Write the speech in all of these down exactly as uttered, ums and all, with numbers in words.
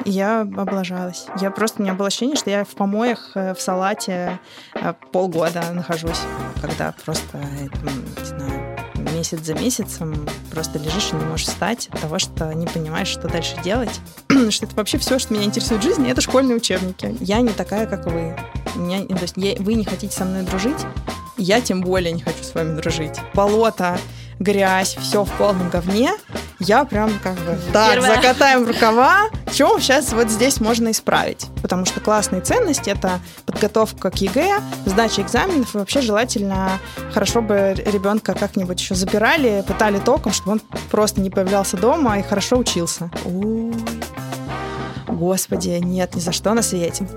и я облажалась. Я просто, у меня было ощущение, что я в помоях, в салате полгода нахожусь, когда просто, не знаю, месяц за месяцем просто лежишь и не можешь встать от того, что не понимаешь, что дальше делать. Что это вообще все, что меня интересует в жизни, это школьные учебники. Я не такая, как вы. Меня, то есть я, вы не хотите со мной дружить, я тем более не хочу с вами дружить. Болото, грязь, все в полном говне. Я прям как бы так, Первое. закатаем рукава. Что сейчас вот здесь можно исправить? Потому что классные ценности — это подготовка к ЕГЭ, сдача экзаменов, и вообще желательно хорошо бы ребенка как-нибудь еще запирали, пытали током, чтобы он просто не появлялся дома и хорошо учился. Ой, господи, нет, ни за что на свете.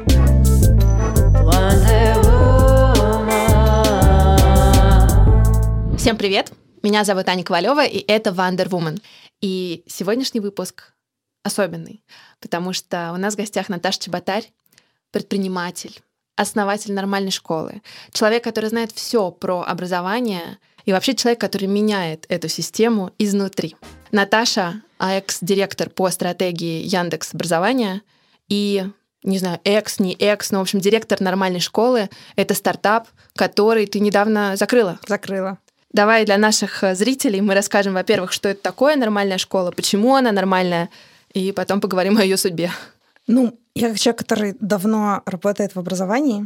Всем привет! Меня зовут Аня Ковалева, и это Wonder Woman. И сегодняшний выпуск особенный, потому что у нас в гостях Наташа Чеботарь, предприниматель, основатель нормальной школы, человек, который знает все про образование, и вообще человек, который меняет эту систему изнутри. Наташа — экс-директор по стратегии Яндекс.Образования и, не знаю, экс, не экс, но, в общем, директор нормальной школы. Это стартап, который ты недавно закрыла. Закрыла. Давай для наших зрителей мы расскажем, во-первых, что это такое нормальная школа, почему она нормальная, и потом поговорим о ее судьбе. Ну, я как человек, который давно работает в образовании,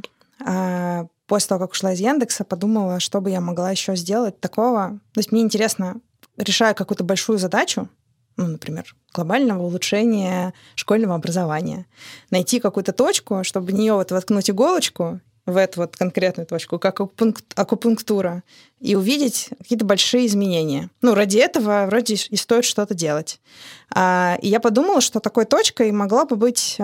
после того, как ушла из Яндекса, подумала, что бы я могла еще сделать такого. То есть мне интересно, решая какую-то большую задачу, ну, например, глобального улучшения школьного образования, найти какую-то точку, чтобы в нее вот воткнуть иголочку, в эту вот конкретную точку, как акупунктура, и увидеть какие-то большие изменения. Ну, ради этого вроде и стоит что-то делать. И я подумала, что такой точкой могла бы быть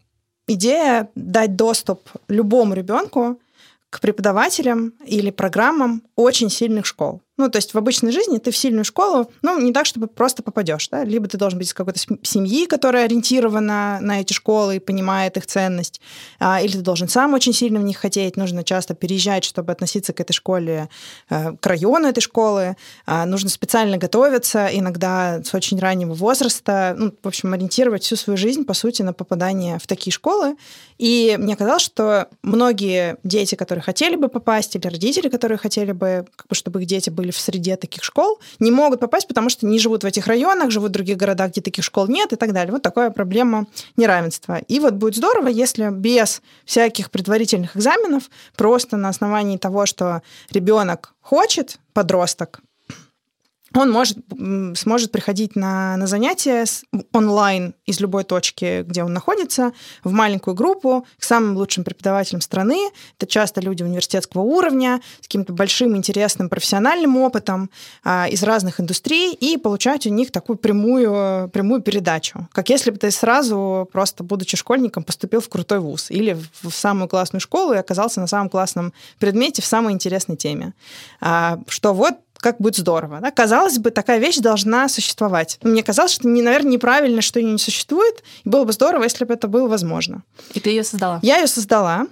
идея дать доступ любому ребенку к преподавателям или программам очень сильных школ. Ну, то есть в обычной жизни ты в сильную школу, ну, не так, чтобы просто попадешь, да? Либо ты должен быть из какой-то семьи, которая ориентирована на эти школы и понимает их ценность, или ты должен сам очень сильно в них хотеть. Нужно часто переезжать, чтобы относиться к этой школе, к району этой школы. Нужно специально готовиться, иногда с очень раннего возраста, ну, в общем, ориентировать всю свою жизнь, по сути, на попадание в такие школы. И мне казалось, что многие дети, которые хотели бы попасть, или родители, которые хотели бы, чтобы их дети были в среде таких школ, не могут попасть, потому что не живут в этих районах, живут в других городах, где таких школ нет и так далее. Вот такая проблема неравенства. И вот будет здорово, если без всяких предварительных экзаменов, просто на основании того, что ребенок хочет, подросток, он может, сможет приходить на, на занятия онлайн из любой точки, где он находится, в маленькую группу к самым лучшим преподавателям страны. Это часто люди университетского уровня, с каким-то большим интересным профессиональным опытом а, из разных индустрий, и получать у них такую прямую, прямую передачу. Как если бы ты сразу, просто будучи школьником, поступил в крутой вуз или в, в самую классную школу и оказался на самом классном предмете в самой интересной теме. А, что вот как будет здорово. Да? Казалось бы, такая вещь должна существовать. Мне казалось, что, наверное, неправильно, что ее не существует, и было бы здорово, если бы это было возможно. И ты ее создала? Я ее создала.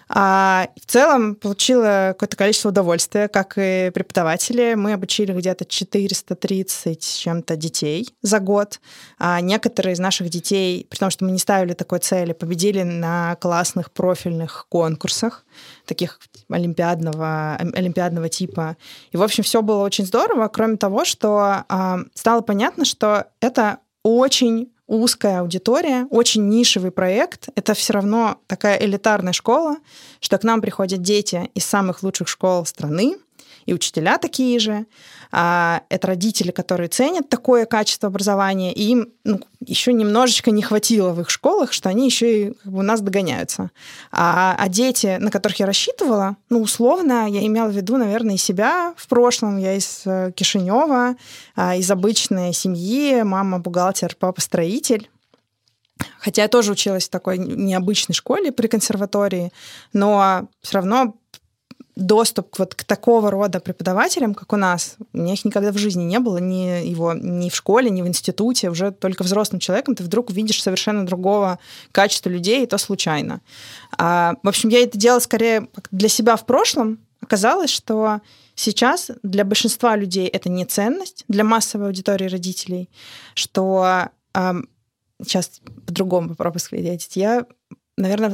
А в целом получила какое-то количество удовольствия, как и преподаватели. Мы обучили где-то четыреста тридцать с чем-то детей за год. А некоторые из наших детей, при том, что мы не ставили такой цели, победили на классных профильных конкурсах, таких олимпиадного, олимпиадного типа. И, в общем, все было очень здорово, кроме того, что а, стало понятно, что это очень узкая аудитория, очень нишевый проект. Это все равно такая элитарная школа, что к нам приходят дети из самых лучших школ страны, и учителя такие же. Это родители, которые ценят такое качество образования, и им ну, еще немножечко не хватило в их школах, что они еще и как бы, у нас догоняются. А, а дети, на которых я рассчитывала, ну, условно, я имела в виду, наверное, и себя в прошлом. Я из Кишинева, из обычной семьи, мама бухгалтер, папа строитель. Хотя я тоже училась в такой необычной школе при консерватории, но все равно доступ вот к такого рода преподавателям, как у нас, у меня их никогда в жизни не было, ни, его, ни в школе, ни в институте, уже только взрослым человеком ты вдруг увидишь совершенно другого качества людей, и то случайно. А, в общем, я это делала скорее для себя в прошлом. Оказалось, что сейчас для большинства людей это не ценность, для массовой аудитории родителей, что а, сейчас по-другому попробую ответить. Я, наверное,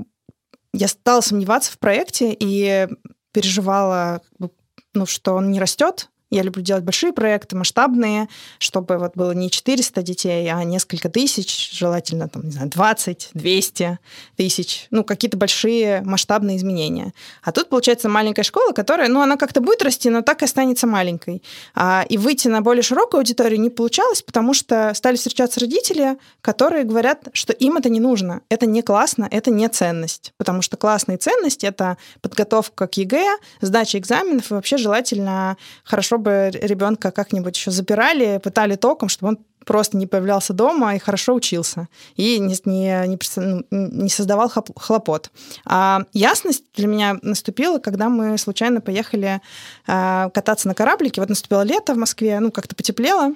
я стала сомневаться в проекте и переживала, ну, что он не растет. Я люблю делать большие проекты, масштабные, чтобы вот было не четыреста детей, а несколько тысяч, желательно там, не знаю, двадцать, двести тысяч, ну, какие-то большие масштабные изменения. А тут, получается, маленькая школа, которая, ну, она как-то будет расти, но так и останется маленькой. А, и выйти на более широкую аудиторию не получалось, потому что стали встречаться родители, которые говорят, что им это не нужно, это не классно, это не ценность. Потому что классная ценность — это подготовка к ЕГЭ, сдача экзаменов, и вообще желательно хорошо бы ребенка как-нибудь еще запирали, пытали током, чтобы он просто не появлялся дома и хорошо учился, и не, не, не, не создавал хлопот. А ясность для меня наступила, когда мы случайно поехали а, кататься на кораблике. Вот наступило лето в Москве, ну, как-то потеплело.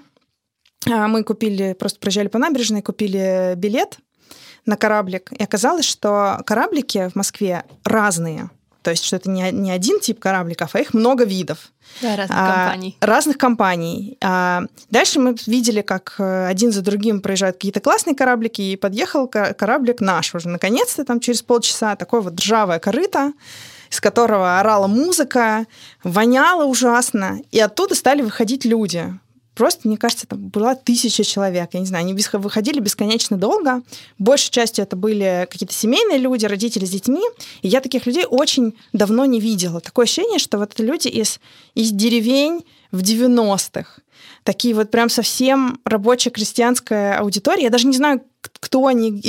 А мы купили, просто проезжали по набережной, купили билет на кораблик, и оказалось, что кораблики в Москве разные. То есть, что это не, не один тип корабликов, а их много видов. Да, разных а, компаний. Разных компаний. А дальше мы видели, как один за другим проезжают какие-то классные кораблики, и подъехал кораблик наш уже. Наконец-то, там через полчаса, такое вот ржавое корыто, из которого орала музыка, воняло ужасно, и оттуда стали выходить люди. Просто, мне кажется, там была тысяча человек, я не знаю, они выходили бесконечно долго. Большей частью это были какие-то семейные люди, родители с детьми, и я таких людей очень давно не видела. Такое ощущение, что вот это люди из, из деревень в девяностых. Такие вот прям совсем рабочая крестьянская аудитория. Я даже не знаю, кто они.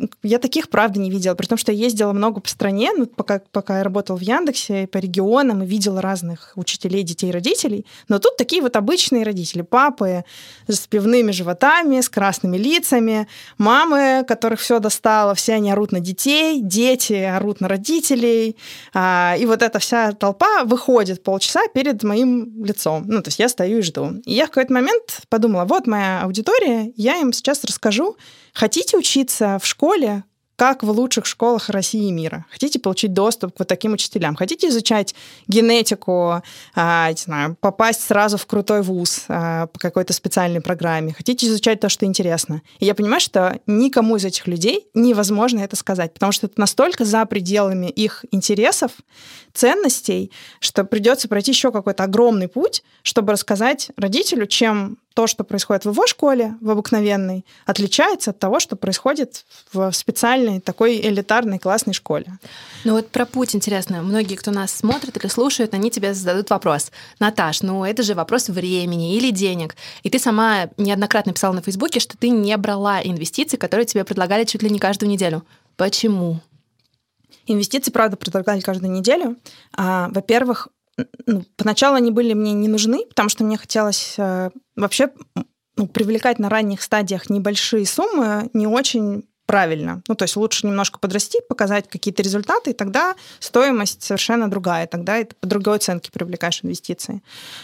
Я таких, правда, не видела. При том, что я ездила много по стране, ну, пока, пока я работала в Яндексе, по регионам, и видела разных учителей, детей, родителей. Но тут такие вот обычные родители. Папы с пивными животами, с красными лицами, мамы, которых все достало, все они орут на детей, дети орут на родителей. И вот эта вся толпа выходит полчаса перед моим лицом. Ну, то есть я стою и жду. И я в какой-то момент подумала, вот моя аудитория, я им сейчас расскажу. Хотите учиться в школе, как в лучших школах России и мира? Хотите получить доступ к вот таким учителям? Хотите изучать генетику, а, не знаю, попасть сразу в крутой вуз а, по какой-то специальной программе? Хотите изучать то, что интересно? И я понимаю, что никому из этих людей невозможно это сказать, потому что это настолько за пределами их интересов, ценностей, что придется пройти еще какой-то огромный путь, чтобы рассказать родителю, чем то, что происходит в его школе, в обыкновенной, отличается от того, что происходит в специальной такой элитарной классной школе. Ну вот про путь интересно. Многие, кто нас смотрит или слушает, они тебе зададут вопрос. Наташ, ну это же вопрос времени или денег. И ты сама неоднократно писала на Фейсбуке, что ты не брала инвестиции, которые тебе предлагали чуть ли не каждую неделю. Почему? Инвестиции, правда, предлагали каждую неделю. А, во-первых, ну, поначалу они были мне не нужны, потому что мне хотелось э, вообще ну, привлекать на ранних стадиях небольшие суммы не очень правильно. Ну, то есть лучше немножко подрасти, показать какие-то результаты, и тогда стоимость совершенно другая, тогда это по другой оценке привлекаешь инвестиции.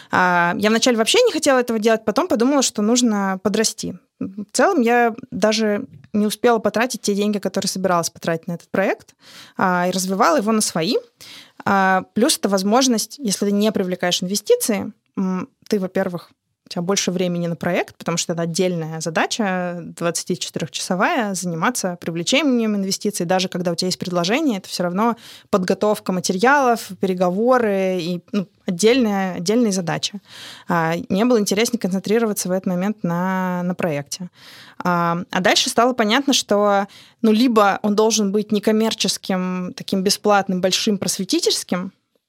А, я вначале вообще не хотела этого делать, потом подумала, что нужно подрасти. В целом я даже не успела потратить те деньги, которые собиралась потратить на этот проект, а, и развивала его на свои. А, плюс это возможность, если ты не привлекаешь инвестиции, ты, во-первых, у тебя больше времени на проект, потому что это отдельная задача, двадцатичетырёхчасовая, заниматься привлечением инвестиций. Даже когда у тебя есть предложение, это все равно подготовка материалов, переговоры и ну, отдельная, отдельная задача. А, мне было интереснее концентрироваться в этот момент на, на проекте. А, а дальше стало понятно, что ну, либо он должен быть некоммерческим, таким бесплатным, большим, просветительским,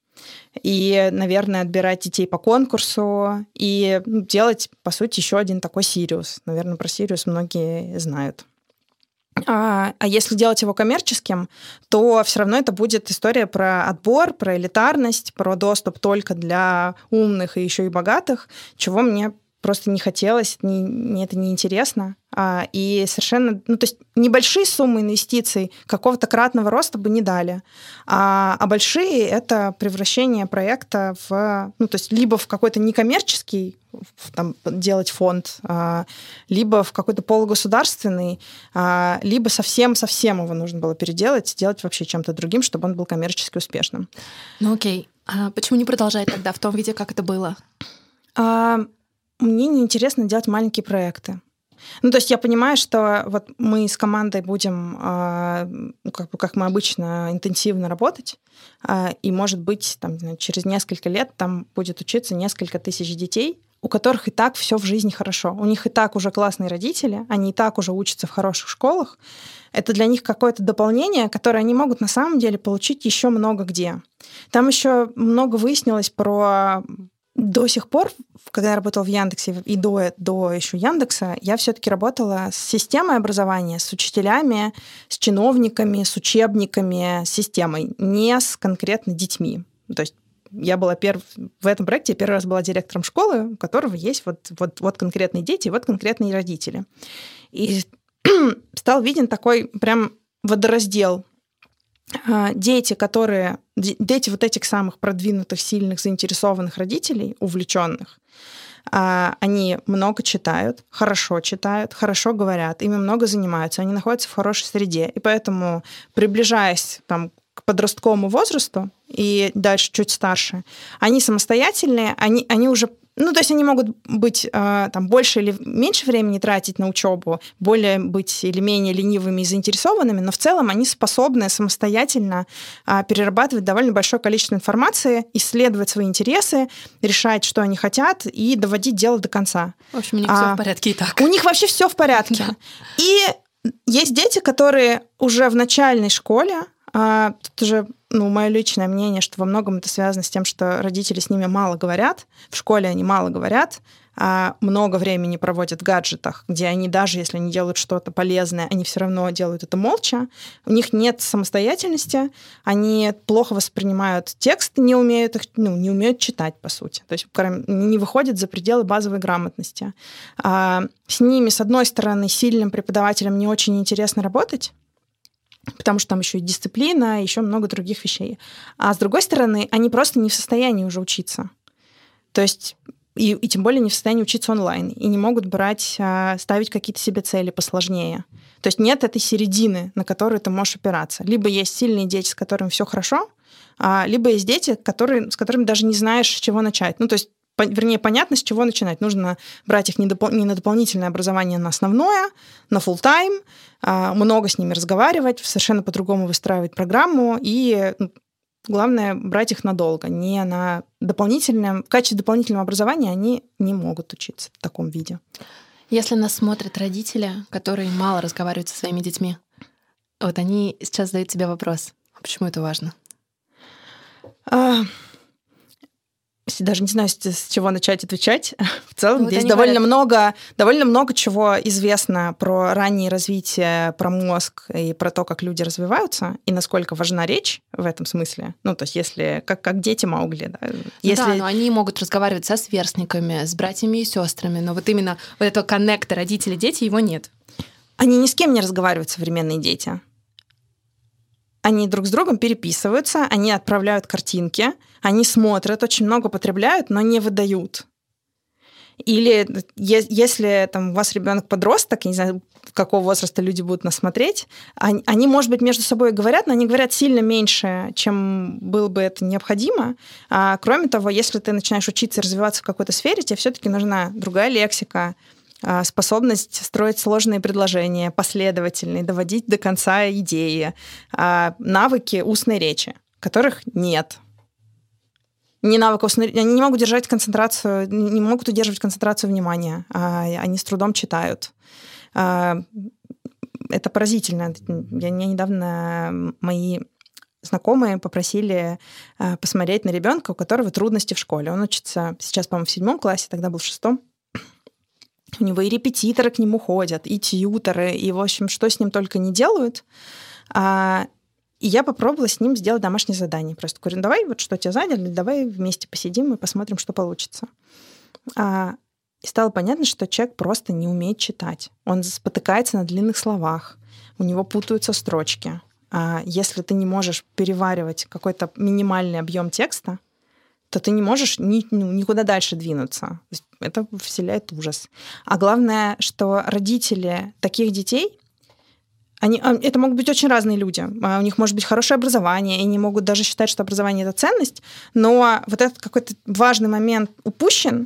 и, наверное, отбирать детей по конкурсу и ну, делать, по сути, еще один такой Сириус. Наверное, про Сириус многие знают. А, а если делать его коммерческим, то все равно это будет история про отбор, про элитарность, про доступ только для умных и еще и богатых, чего мне просто не хотелось, не, мне это неинтересно. А, и совершенно, ну, то есть небольшие суммы инвестиций какого-то кратного роста бы не дали, а, а большие — это превращение проекта в, ну, то есть либо в какой-то некоммерческий, там, делать фонд, а, либо в какой-то полугосударственный, а, либо совсем-совсем его нужно было переделать, сделать вообще чем-то другим, чтобы он был коммерчески успешным. Ну окей, а почему не продолжать тогда в том виде, как это было? А, Мне неинтересно делать маленькие проекты. Ну, то есть я понимаю, что вот мы с командой будем, ну, как бы, как мы обычно, интенсивно работать, и, может быть, там, через несколько лет там будет учиться несколько тысяч детей, у которых и так все в жизни хорошо. У них и так уже классные родители, они и так уже учатся в хороших школах. Это для них какое-то дополнение, которое они могут на самом деле получить еще много где. Там еще много выяснилось про... До сих пор, когда я работала в Яндексе и до, до еще Яндекса, я все-таки работала с системой образования, с учителями, с чиновниками, с учебниками, с системой, не с конкретно детьми. То есть я была перв... в этом проекте я первый раз была директором школы, у которого есть вот, вот, вот конкретные дети, вот конкретные родители. И стал виден такой прям водораздел. Дети, которые... Дети вот этих самых продвинутых, сильных, заинтересованных родителей, увлеченных, они много читают, хорошо читают, хорошо говорят, ими много занимаются, они находятся в хорошей среде. И поэтому, приближаясь там, к подростковому возрасту и дальше чуть старше, они самостоятельные, они, они уже... Ну, то есть они могут быть э, там, больше или меньше времени тратить на учебу, более быть или менее ленивыми и заинтересованными, но в целом они способны самостоятельно э, перерабатывать довольно большое количество информации, исследовать свои интересы, решать, что они хотят, и доводить дело до конца. В общем, у них а, все в порядке и так. У них вообще все в порядке. Да. И есть дети, которые уже в начальной школе, э, тут уже... Ну, мое личное мнение, что во многом это связано с тем, что родители с ними мало говорят, в школе они мало говорят, а много времени проводят в гаджетах, где они даже если они делают что-то полезное, они все равно делают это молча. У них нет самостоятельности, они плохо воспринимают текст, не умеют их, ну, не умеют читать, по сути. То есть не выходят за пределы базовой грамотности. А с ними, с одной стороны, сильным преподавателям не очень интересно работать, потому что там еще и дисциплина, еще много других вещей. А с другой стороны, они просто не в состоянии уже учиться. То есть, и, и тем более не в состоянии учиться онлайн, и не могут брать, ставить какие-то себе цели посложнее. То есть нет этой середины, на которую ты можешь опираться. Либо есть сильные дети, с которыми все хорошо, либо есть дети, которые, с которыми даже не знаешь, с чего начать. Ну, то есть вернее, понятно, с чего начинать. Нужно брать их не, допол- не на дополнительное образование, а на основное, на фулл-тайм, много с ними разговаривать, совершенно по-другому выстраивать программу, и главное, брать их надолго, не на дополнительное... В качестве дополнительного образования они не могут учиться в таком виде. Если нас смотрят родители, которые мало разговаривают со своими детьми, вот они сейчас задают тебе вопрос, почему это важно? А... Даже не знаю, с чего начать отвечать. В целом вот здесь довольно много, довольно много чего известно про раннее развитие, про мозг и про то, как люди развиваются, и насколько важна речь в этом смысле. Ну, то есть если... Как, как дети Маугли, да? Если... Да, но они могут разговаривать со сверстниками, с братьями и сестрами, но вот именно вот этого коннекта родители-дети, его нет. Они ни с кем не разговаривают, современные дети. Они друг с другом переписываются, они отправляют картинки, они смотрят, очень много потребляют, но не выдают. Или если там, у вас ребенок подросток, я не знаю, какого возраста люди будут нас смотреть, они, они, может быть, между собой говорят, но они говорят сильно меньше, чем было бы это необходимо. А, кроме того, если ты начинаешь учиться и развиваться в какой-то сфере, тебе все-таки нужна другая лексика, способность строить сложные предложения, последовательные, доводить до конца идеи, навыки устной речи, которых нет. Не навык устной речи, они не могут держать концентрацию, не могут удерживать концентрацию внимания, они с трудом читают. Это поразительно. Я недавно мои знакомые попросили посмотреть на ребенка, у которого трудности в школе. Он учится сейчас, по-моему, в седьмом классе, тогда был в шестом. У него и репетиторы к нему ходят, и тьюторы, и, в общем, что с ним только не делают. А, и я попробовала с ним сделать домашнее задание. Просто говорю, давай, вот что тебя задали, давай вместе посидим и посмотрим, что получится. А, и стало понятно, что человек просто не умеет читать. Он спотыкается на длинных словах, у него путаются строчки. А если ты не можешь переваривать какой-то минимальный объем текста, то ты не можешь ни, ну, никуда дальше двинуться. Это вселяет ужас. А главное, что родители таких детей, они, это могут быть очень разные люди. У них может быть хорошее образование, и они могут даже считать, что образование — это ценность, но вот этот какой-то важный момент упущен,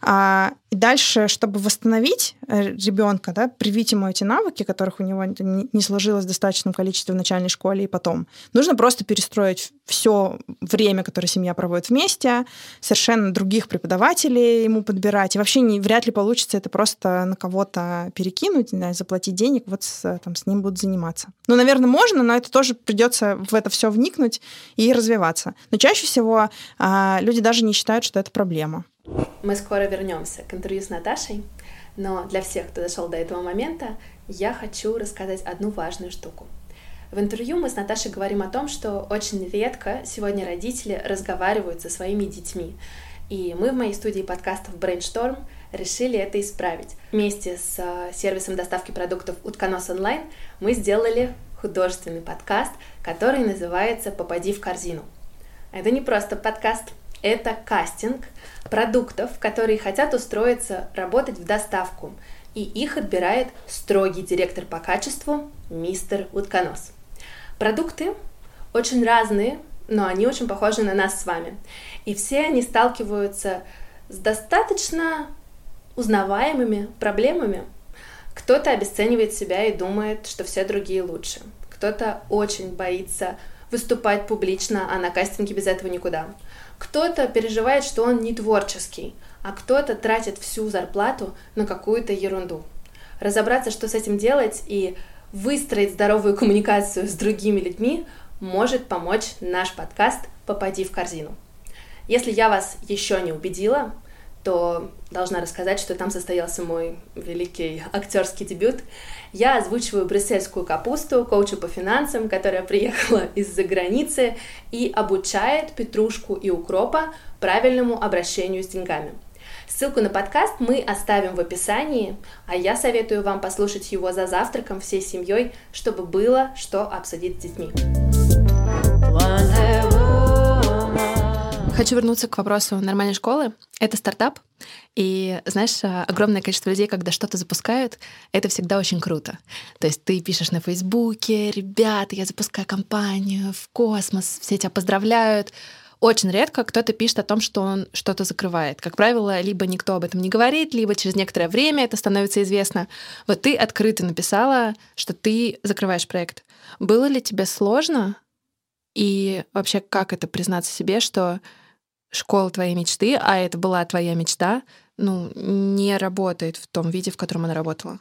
А, и дальше, чтобы восстановить ребенка, да, привить ему эти навыки, которых у него не сложилось в достаточном количестве в начальной школе и потом, нужно просто перестроить все время, которое семья проводит вместе, совершенно других преподавателей ему подбирать. И вообще не, вряд ли получится это просто на кого-то перекинуть, не знаю, заплатить денег, вот с, там, с ним будут заниматься. Ну, наверное, можно, но это тоже придется в это все вникнуть и развиваться. Но чаще всего а, люди даже не считают, что это проблема. Мы скоро вернемся к интервью с Наташей, но для всех, кто дошел до этого момента, я хочу рассказать одну важную штуку. В интервью мы с Наташей говорим о том, что очень редко сегодня родители разговаривают со своими детьми. И мы в моей студии подкастов Brainstorm решили это исправить. Вместе с сервисом доставки продуктов Утконос онлайн мы сделали художественный подкаст, который называется «Попади в корзину». Это не просто подкаст, это кастинг продуктов, которые хотят устроиться работать в доставку, и их отбирает строгий директор по качеству мистер Утконос. Продукты очень разные, но они очень похожи на нас с вами. И все они сталкиваются с достаточно узнаваемыми проблемами. Кто-то обесценивает себя и думает, что все другие лучше. Кто-то очень боится выступать публично, а на кастинге без этого никуда. Кто-то переживает, что он не творческий, а кто-то тратит всю зарплату на какую-то ерунду. Разобраться, что с этим делать, и выстроить здоровую коммуникацию с другими людьми может помочь наш подкаст «Попади в корзину». Если я вас еще не убедила, то должна рассказать, что там состоялся мой великий актерский дебют. Я озвучиваю брюссельскую капусту, коучу по финансам, которая приехала из-за границы и обучает Петрушку и Укропа правильному обращению с деньгами. Ссылку на подкаст мы оставим в описании, а я советую вам послушать его за завтраком всей семьей, чтобы было что обсудить с детьми. Хочу вернуться к вопросу нормальной школы. Это стартап, и, знаешь, огромное количество людей, когда что-то запускают, это всегда очень круто. То есть ты пишешь на Фейсбуке: «Ребята, я запускаю компанию в космос», все тебя поздравляют. Очень редко кто-то пишет о том, что он что-то закрывает. Как правило, либо никто об этом не говорит, либо через некоторое время это становится известно. Вот ты открыто написала, что ты закрываешь проект. Было ли тебе сложно? И вообще, как это признаться себе, что школа твоей мечты, а это была твоя мечта, ну, не работает в том виде, в котором она работала?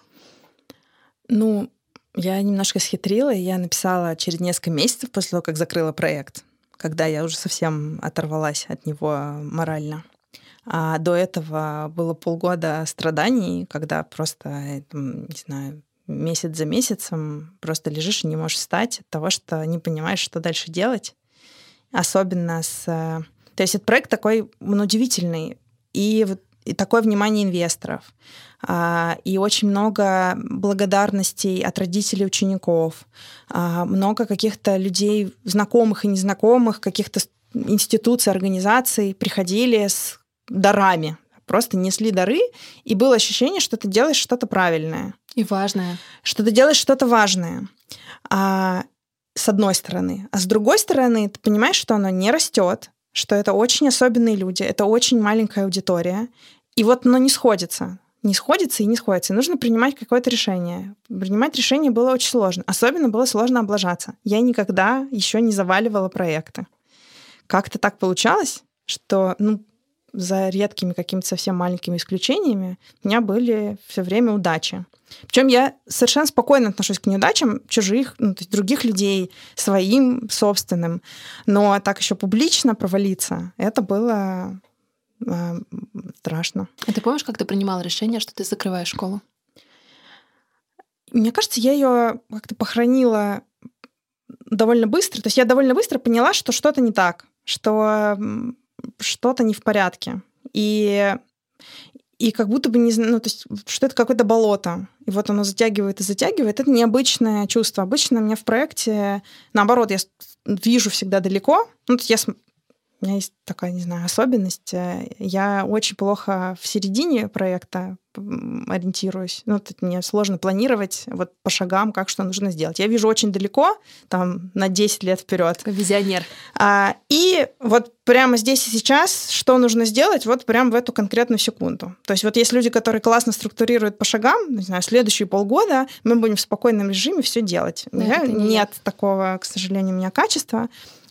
Ну, я немножко схитрила, и я написала через несколько месяцев после того, как закрыла проект, когда я уже совсем оторвалась от него морально. А до этого было полгода страданий, когда просто, не знаю, месяц за месяцем просто лежишь и не можешь встать от того, что не понимаешь, что дальше делать. Особенно с... То есть этот проект такой, он удивительный. И, и такое внимание инвесторов. И очень много благодарностей от родителей учеников. Много каких-то людей, знакомых и незнакомых, каких-то институций, организаций приходили с дарами. Просто несли дары, и было ощущение, что ты делаешь что-то правильное. И важное. Что ты делаешь что-то важное. А, с одной стороны. А с другой стороны, ты понимаешь, что оно не растет, что это очень особенные люди, это очень маленькая аудитория. И вот оно не сходится. Не сходится и не сходится. И нужно принимать какое-то решение. Принимать решение было очень сложно. Особенно было сложно облажаться. Я никогда еще не заваливала проекты. Как-то так получалось, что... ну, за редкими какими-то совсем маленькими исключениями у меня были все время удачи. Причем я совершенно спокойно отношусь к неудачам чужих, ну, то есть других людей, своим собственным. Но так еще публично провалиться, это было э, страшно. А ты помнишь, как ты принимала решение, что ты закрываешь школу? Мне кажется, я ее как-то похоронила довольно быстро. То есть я довольно быстро поняла, что что-то не так, что что-то не в порядке. И, и как будто бы не знаю, ну, то есть, что это какое-то болото. И вот оно затягивает и затягивает. Это необычное чувство. Обычно у меня в проекте, наоборот, я вижу всегда далеко. Ну, то есть я у меня есть такая, не знаю, особенность. Я очень плохо в середине проекта ориентируюсь. Ну, тут мне сложно планировать вот по шагам, как что нужно сделать. Я вижу очень далеко, там, на десять лет вперед. Такой визионер. А, и вот прямо здесь и сейчас, что нужно сделать, вот прямо в эту конкретную секунду. То есть вот есть люди, которые классно структурируют по шагам, не знаю, следующие полгода мы будем в спокойном режиме все делать. Да, я, не нет я. такого, к сожалению, у меня качества.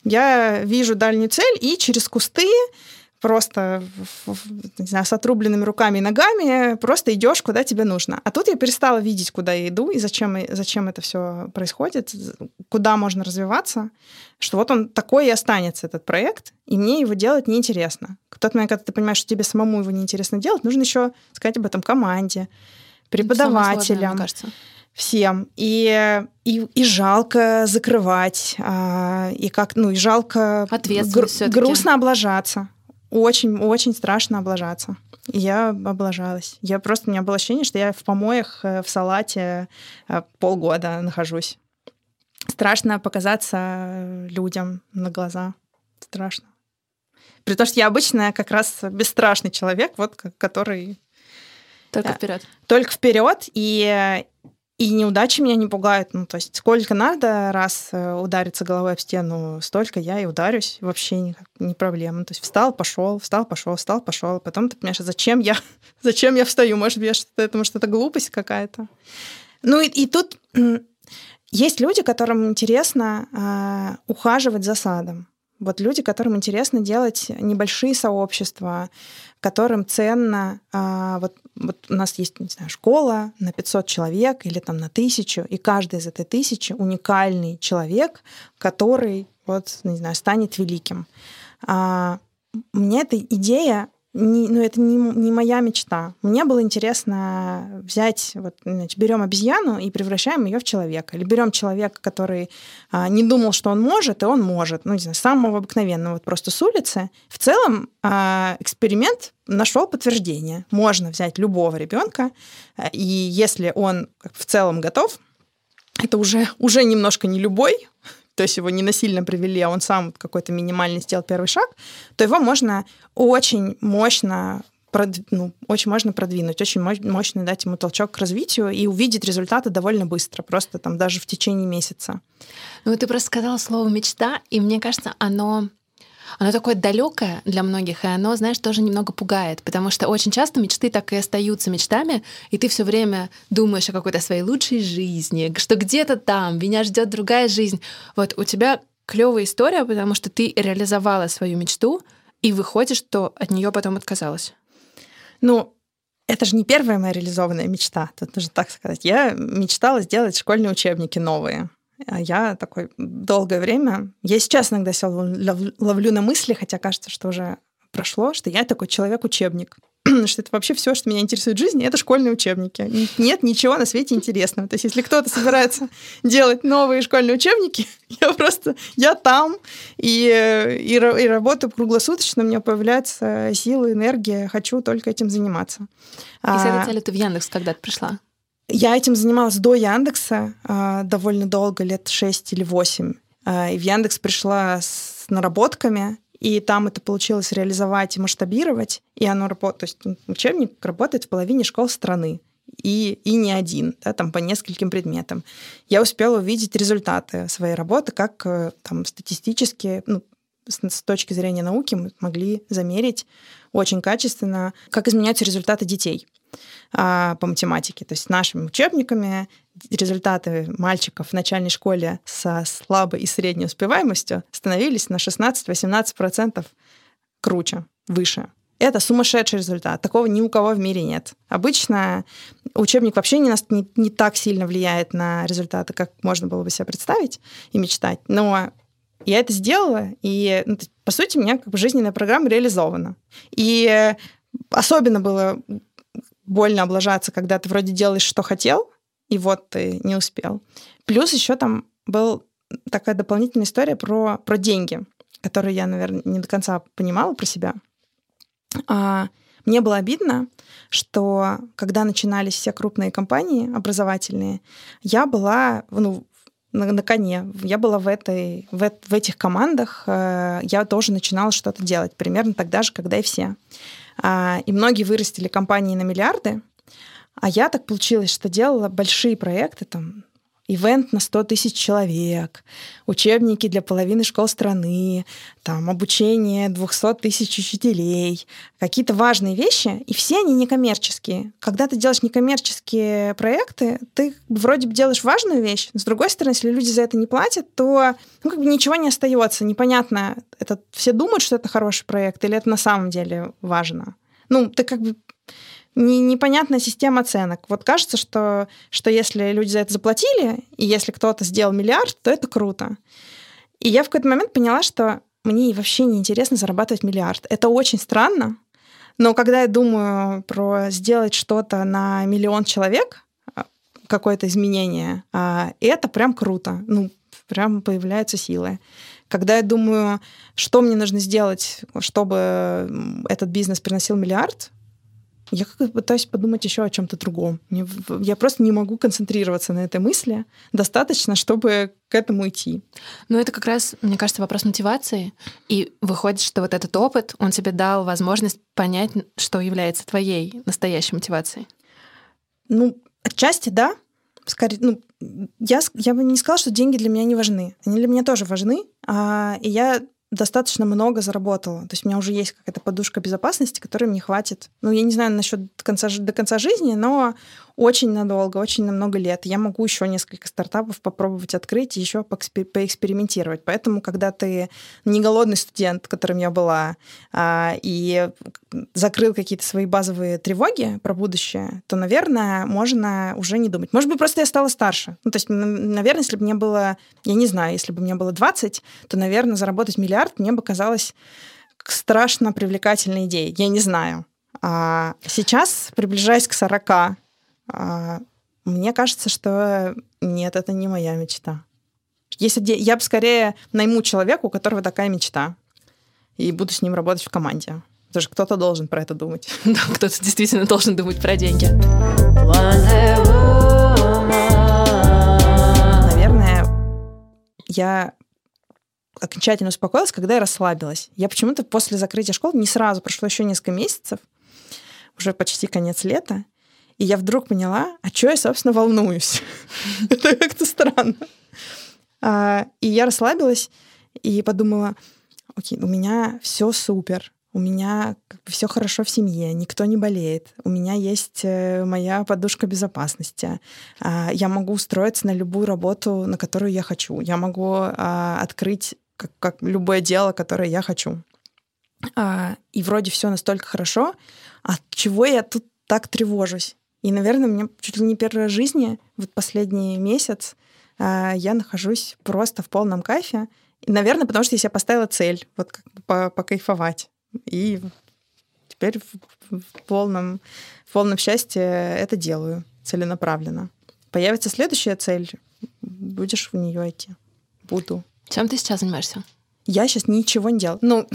Я вижу дальнюю цель и через кусты просто, не знаю, с отрубленными руками и ногами просто идешь, куда тебе нужно. А тут я перестала видеть, куда я иду и зачем, зачем это все происходит, куда можно развиваться, что вот он такой и останется, этот проект, и мне его делать неинтересно. В тот момент, когда ты понимаешь, что тебе самому его неинтересно делать, нужно еще сказать об этом команде, преподавателям. Сложное, мне кажется. Всем. И, и, и жалко закрывать, и как, ну, и жалко Ответственность гру- грустно облажаться. Очень-очень страшно облажаться. И я облажалась. Я просто, у меня было ощущение, что я в помоях, в салате полгода нахожусь. Страшно показаться людям на глаза. Страшно. При том, что я обычно как раз бесстрашный человек, вот, который... Только вперед. Только вперед. И... И неудачи меня не пугают. Ну, то есть сколько надо раз удариться головой об стену, столько я и ударюсь. Вообще никак, не проблема. То есть встал, пошел, встал, пошел, встал, пошел. Потом ты понимаешь, зачем я, зачем я встаю? Может быть, я что-то, это, может, это глупость какая-то. Ну и, и тут есть люди, которым интересно э, ухаживать за садом. Вот люди, которым интересно делать небольшие сообщества, которым ценно... А, вот, вот у нас есть, не знаю, школа на пятьсот человек или там на тысячу, и каждый из этой тысячи уникальный человек, который, вот, не знаю, станет великим. А, мне эта идея... Не, ну, это не, не моя мечта. Мне было интересно взять, вот, значит, берем обезьяну и превращаем ее в человека. Или берем человека, который а, не думал, что он может, и он может. Ну, не знаю, самого обыкновенного, вот просто с улицы. В целом а, эксперимент нашел подтверждение. Можно взять любого ребенка, и если он в целом готов, это уже, уже немножко не любой, то есть его не насильно привели, а он сам какой-то минимальный сделал первый шаг, то его можно очень мощно, прод... ну, очень можно продвинуть, очень мощно дать ему толчок к развитию и увидеть результаты довольно быстро, просто там даже в течение месяца. Ну, ты просто сказала слово «мечта», и мне кажется, оно... Оно такое далекое для многих, и оно, знаешь, тоже немного пугает, потому что очень часто мечты так и остаются мечтами, и ты все время думаешь о какой-то своей лучшей жизни, что где-то там меня ждет другая жизнь. Вот у тебя клевая история, потому что ты реализовала свою мечту, и выходит, что от нее потом отказалась. Ну, это же не первая моя реализованная мечта, тут нужно так сказать. Я мечтала сделать школьные учебники новые. А я такое долгое время... Я сейчас иногда себя ловлю на мысли, хотя кажется, что уже прошло, что я такой человек-учебник. Что это вообще все, что меня интересует в жизни, это школьные учебники. Нет ничего на свете интересного. То есть если кто-то собирается делать новые школьные учебники, я просто... Я там, и, и, и работаю круглосуточно, у меня появляются силы, энергия, хочу только этим заниматься. И с этой целью ты в Яндекс когда-то пришла? Я этим занималась до Яндекса э, довольно долго, лет шесть или восемь. Э, и в Яндекс пришла с наработками, и там это получилось реализовать и масштабировать. И оно работает, то есть учебник работает в половине школ страны. И, и не один, да, там по нескольким предметам. Я успела увидеть результаты своей работы, как там, статистически, ну, с, с точки зрения науки мы могли замерить очень качественно, как изменяются результаты детей по математике. То есть с нашими учебниками результаты мальчиков в начальной школе со слабой и средней успеваемостью становились на шестнадцать-восемнадцать процентов круче, выше. Это сумасшедший результат. Такого ни у кого в мире нет. Обычно учебник вообще не, не, не так сильно влияет на результаты, как можно было бы себе представить и мечтать. Но я это сделала, и, ну, по сути, у меня как бы жизненная программа реализована. И особенно было больно облажаться, когда ты вроде делаешь, что хотел, и вот ты не успел. Плюс еще там была такая дополнительная история про, про деньги, которую я, наверное, не до конца понимала про себя. А, мне было обидно, что когда начинались все крупные компании образовательные, я была, ну, на, на коне. Я была в, этой, в, в этих командах, я тоже начинала что-то делать, примерно тогда же, когда и все. И многие вырастили компании на миллиарды, а я так получилось, что делала большие проекты, там, ивент на сто тысяч человек, учебники для половины школ страны, там, обучение двести тысяч учителей, какие-то важные вещи, и все они некоммерческие. Когда ты делаешь некоммерческие проекты, ты вроде бы делаешь важную вещь, но с другой стороны, если люди за это не платят, то ну, как бы ничего не остается. Непонятно, это все думают, что это хороший проект, или это на самом деле важно. Ну, ты как бы непонятная система оценок. Вот кажется, что, что если люди за это заплатили, и если кто-то сделал миллиард, то это круто. И я в какой-то момент поняла, что мне вообще не интересно зарабатывать миллиард. Это очень странно, но когда я думаю про сделать что-то на миллион человек, какое-то изменение, это прям круто. Ну, прям появляются силы. Когда я думаю, что мне нужно сделать, чтобы этот бизнес приносил миллиард, я как-то пытаюсь подумать еще о чем-то другом. Я просто не могу концентрироваться на этой мысли достаточно, чтобы к этому идти. Ну, это как раз, мне кажется, вопрос мотивации. И выходит, что вот этот опыт, он тебе дал возможность понять, что является твоей настоящей мотивацией. Ну, отчасти, да. Скорее, ну, я, я бы не сказала, что деньги для меня не важны. Они для меня тоже важны. А, и я достаточно много заработала. То есть у меня уже есть какая-то подушка безопасности, которой мне хватит. Ну, я не знаю насчет до конца, до конца жизни, но очень надолго, очень на много лет. Я могу еще несколько стартапов попробовать открыть и еще поэкспериментировать. Поэтому, когда ты не голодный студент, которым я была, и закрыл какие-то свои базовые тревоги про будущее, то, наверное, можно уже не думать. Может быть, просто я стала старше. Ну, то есть, наверное, если бы мне было, я не знаю, если бы мне было двадцать, то, наверное, заработать миллиард мне бы казалось страшно привлекательной идеей. Я не знаю. А сейчас, приближаясь к сорока, мне кажется, что нет, это не моя мечта. Если я бы скорее найму человека, у которого такая мечта, и буду с ним работать в команде. Потому что кто-то должен про это думать. Да, кто-то действительно должен думать про деньги. Наверное, я окончательно успокоилась, когда я расслабилась. Я почему-то после закрытия школы, не сразу, прошло еще несколько месяцев, уже почти конец лета, и я вдруг поняла, а что я, собственно, волнуюсь. Это как-то странно. И я расслабилась и подумала, окей, у меня все супер, у меня как бы все хорошо в семье, никто не болеет, у меня есть моя подушка безопасности, я могу устроиться на любую работу, на которую я хочу, я могу открыть как, как любое дело, которое я хочу. И вроде все настолько хорошо, от чего я тут так тревожусь? И, наверное, у меня чуть ли не первый раз в жизни, вот последний месяц, я нахожусь просто в полном кайфе. И, наверное, потому что я себе поставила цель вот как бы покайфовать. И теперь в, в, полном, в полном счастье это делаю целенаправленно. Появится следующая цель, будешь в нее идти. Буду. Чем ты сейчас занимаешься? Я сейчас ничего не делаю. Ну,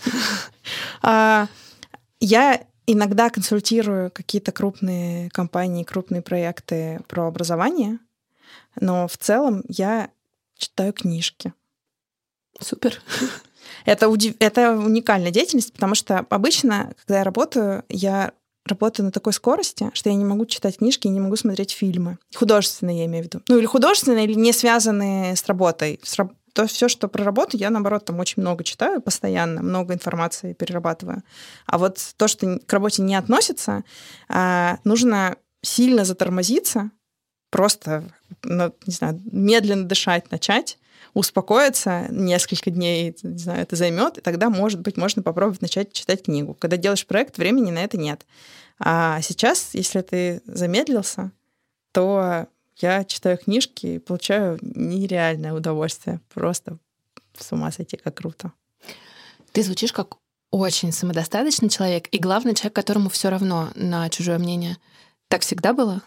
я иногда консультирую какие-то крупные компании, крупные проекты про образование, но в целом я читаю книжки. Супер. Это, удив... это уникальная деятельность, потому что обычно, когда я работаю, я работаю на такой скорости, что я не могу читать книжки и не могу смотреть фильмы. Художественные, я имею в виду. Ну, или художественные, или не связанные с работой. С раб... То все, что про работу, я, наоборот, там очень много читаю постоянно, много информации перерабатываю. А вот то, что к работе не относится, нужно сильно затормозиться, просто, ну, не знаю, медленно дышать начать, успокоиться несколько дней, не знаю, это займет, и тогда, может быть, можно попробовать начать читать книгу. Когда делаешь проект, времени на это нет. А сейчас, если ты замедлился, то я читаю книжки и получаю нереальное удовольствие. Просто с ума сойти, как круто. Ты звучишь как очень самодостаточный человек, и главный человек, которому все равно на чужое мнение. Так всегда было?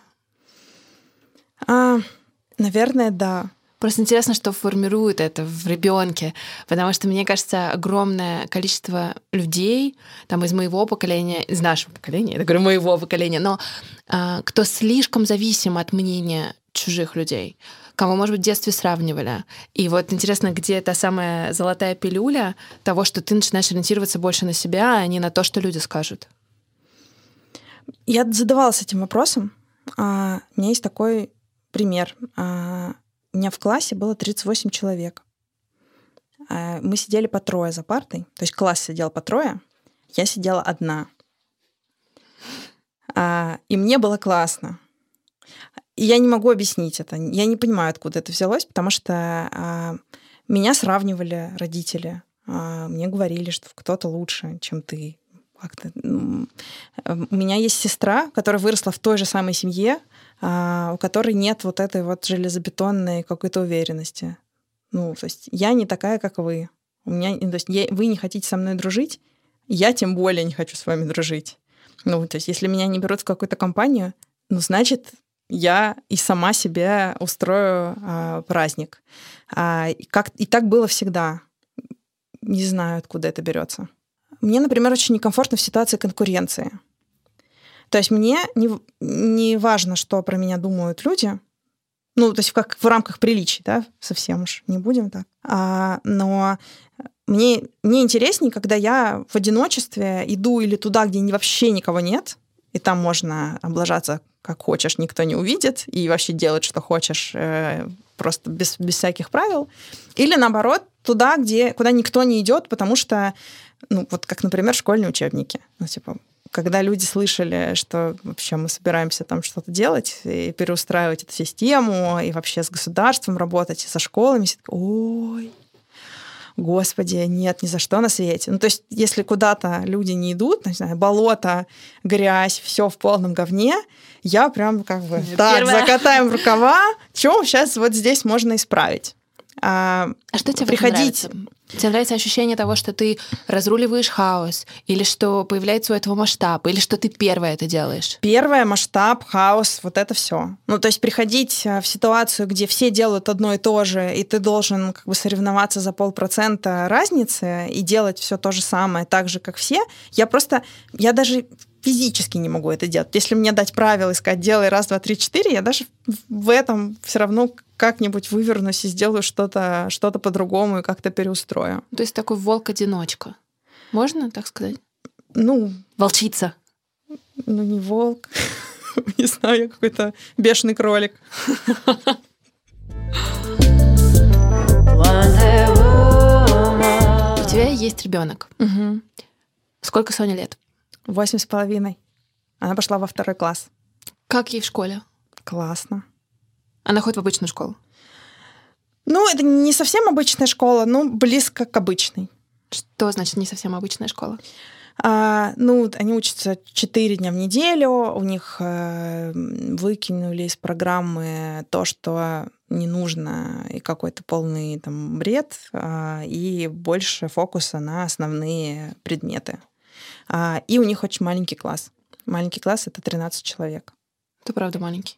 А, наверное, да. Просто интересно, что формирует это в ребенке, потому что, мне кажется, огромное количество людей, там из моего поколения, из нашего поколения, я говорю, моего поколения, но а, кто слишком зависим от мнения чужих людей, кого, может быть, в детстве сравнивали. И вот интересно, где та самая золотая пилюля того, что ты начинаешь ориентироваться больше на себя, а не на то, что люди скажут. Я задавалась этим вопросом. А, у меня есть такой пример. А, у меня в классе было тридцать восемь человек. А, мы сидели по трое за партой. То есть класс сидел по трое, я сидела одна. А, и мне было классно. И я не могу объяснить это. Я не понимаю, откуда это взялось, потому что а, меня сравнивали родители. А, мне говорили, что кто-то лучше, чем ты. Как-то. У меня есть сестра, которая выросла в той же самой семье, а, у которой нет вот этой вот железобетонной какой-то уверенности. Ну, то есть я не такая, как вы. У меня, то есть я, вы не хотите со мной дружить, я тем более не хочу с вами дружить. Ну, то есть если меня не берут в какую-то компанию, ну, значит, я и сама себе устрою а, праздник. А, и, как, и так было всегда. Не знаю, откуда это берется. Мне, например, очень некомфортно в ситуации конкуренции. То есть мне не, не важно, что про меня думают люди. Ну, то есть как в рамках приличий, да, совсем уж не будем так. А, но мне, мне интереснее, когда я в одиночестве иду или туда, где вообще никого нет, и там можно облажаться как хочешь, никто не увидит, и вообще делать, что хочешь, э, просто без, без всяких правил. Или, наоборот, туда, где, куда никто не идет, потому что, ну, вот как, например, школьные учебники. Ну, типа, когда люди слышали, что вообще мы собираемся там что-то делать и переустраивать эту систему, и вообще с государством работать, и со школами, все такие, ой, господи, нет, ни за что на свете. Ну, то есть, если куда-то люди не идут, не знаю, болото, грязь, все в полном говне, я прям как бы, так, Первое. закатаем рукава, что сейчас вот здесь можно исправить. А, а что тебе приходить... нравится? Тебе нравится ощущение того, что ты разруливаешь хаос, или что появляется у этого масштаб, или что ты первая это делаешь? Первое, масштаб, хаос, вот это все. Ну, то есть приходить в ситуацию, где все делают одно и то же, и ты должен как бы соревноваться за полпроцента разницы и делать все то же самое, так же, как все, я просто, я даже физически не могу это делать. Если мне дать правила и сказать, делай раз, два, три, четыре, я даже в этом все равно как-нибудь вывернусь и сделаю что-то, что-то по-другому и как-то переустрою. То есть такой волк-одиночка. Можно так сказать? Ну... Волчица. Ну, не волк. Не знаю, я какой-то бешеный кролик. У тебя есть ребенок. Угу. Сколько Соне лет? Восемь с половиной. Она пошла во второй класс. Как ей в школе? Классно. Она ходит в обычную школу? Ну, это не совсем обычная школа, но близко к обычной. Что значит не совсем обычная школа? А, ну, они учатся четыре дня в неделю, у них э, выкинули из программы то, что не нужно, и какой-то полный там бред, э, и больше фокуса на основные предметы. А, и у них очень маленький класс. Маленький класс — это тринадцать человек. Это правда маленький.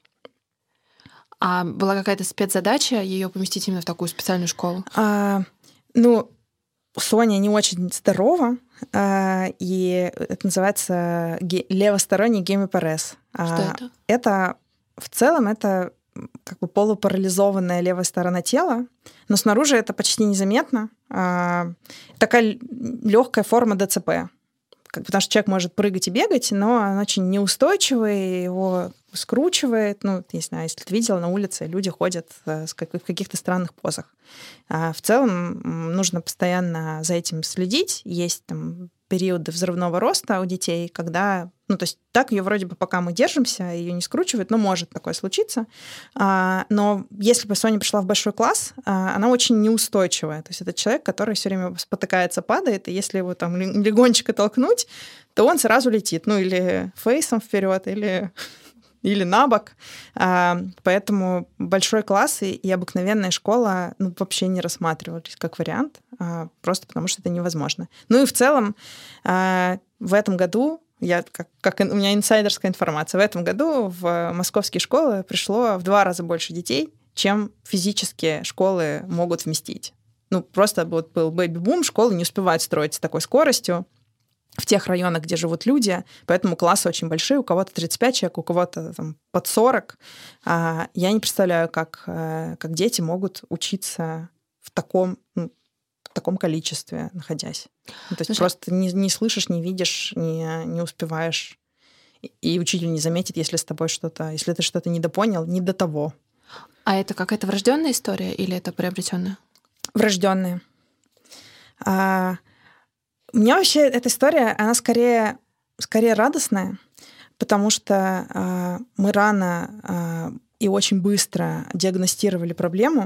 А была какая-то спецзадача ее поместить именно в такую специальную школу? А, ну, Соня не очень здорова, а, и это называется ге- левосторонний гемипарез. Что а, это? Это в целом это как бы полупарализованная левая сторона тела, но снаружи это почти незаметно. А, такая легкая форма ДЦП. Потому что человек может прыгать и бегать, но он очень неустойчивый, его скручивает. Ну, не знаю, если ты видела, на улице люди ходят в каких-то странных позах. А в целом нужно постоянно за этим следить. Есть там периоды взрывного роста у детей, когда... Ну, то есть так ее вроде бы пока мы держимся, ее не скручивают, но может такое случиться. А, но если бы Соня пришла в большой класс, а, она очень неустойчивая. То есть это человек, который все время спотыкается, падает, и если его там легонечко толкнуть, то он сразу летит. Ну, или фейсом вперед, или... или на бок. А, поэтому большой класс и, и обыкновенная школа ну, вообще не рассматривались как вариант, а, просто потому что это невозможно. Ну и в целом а, в этом году, я, как, как у меня инсайдерская информация, в этом году в московские школы пришло в два раза больше детей, чем физические школы могут вместить. Ну, просто вот был бэби-бум, школы не успевают строить с такой скоростью. в тех районах, где живут люди, поэтому классы очень большие, у кого-то тридцать пять человек, у кого-то там, под сорок. Я не представляю, как, как дети могут учиться в таком, ну, в таком количестве, находясь. Ну, то есть Слушай, просто не, не слышишь, не видишь, не, не успеваешь. И учитель не заметит, если с тобой что-то, если ты что-то недопонял, не до того. А это какая-то врожденная история или это приобретенная? Врожденная. А, у меня вообще эта история, она скорее, скорее радостная, потому что а, мы рано а, и очень быстро диагностировали проблему,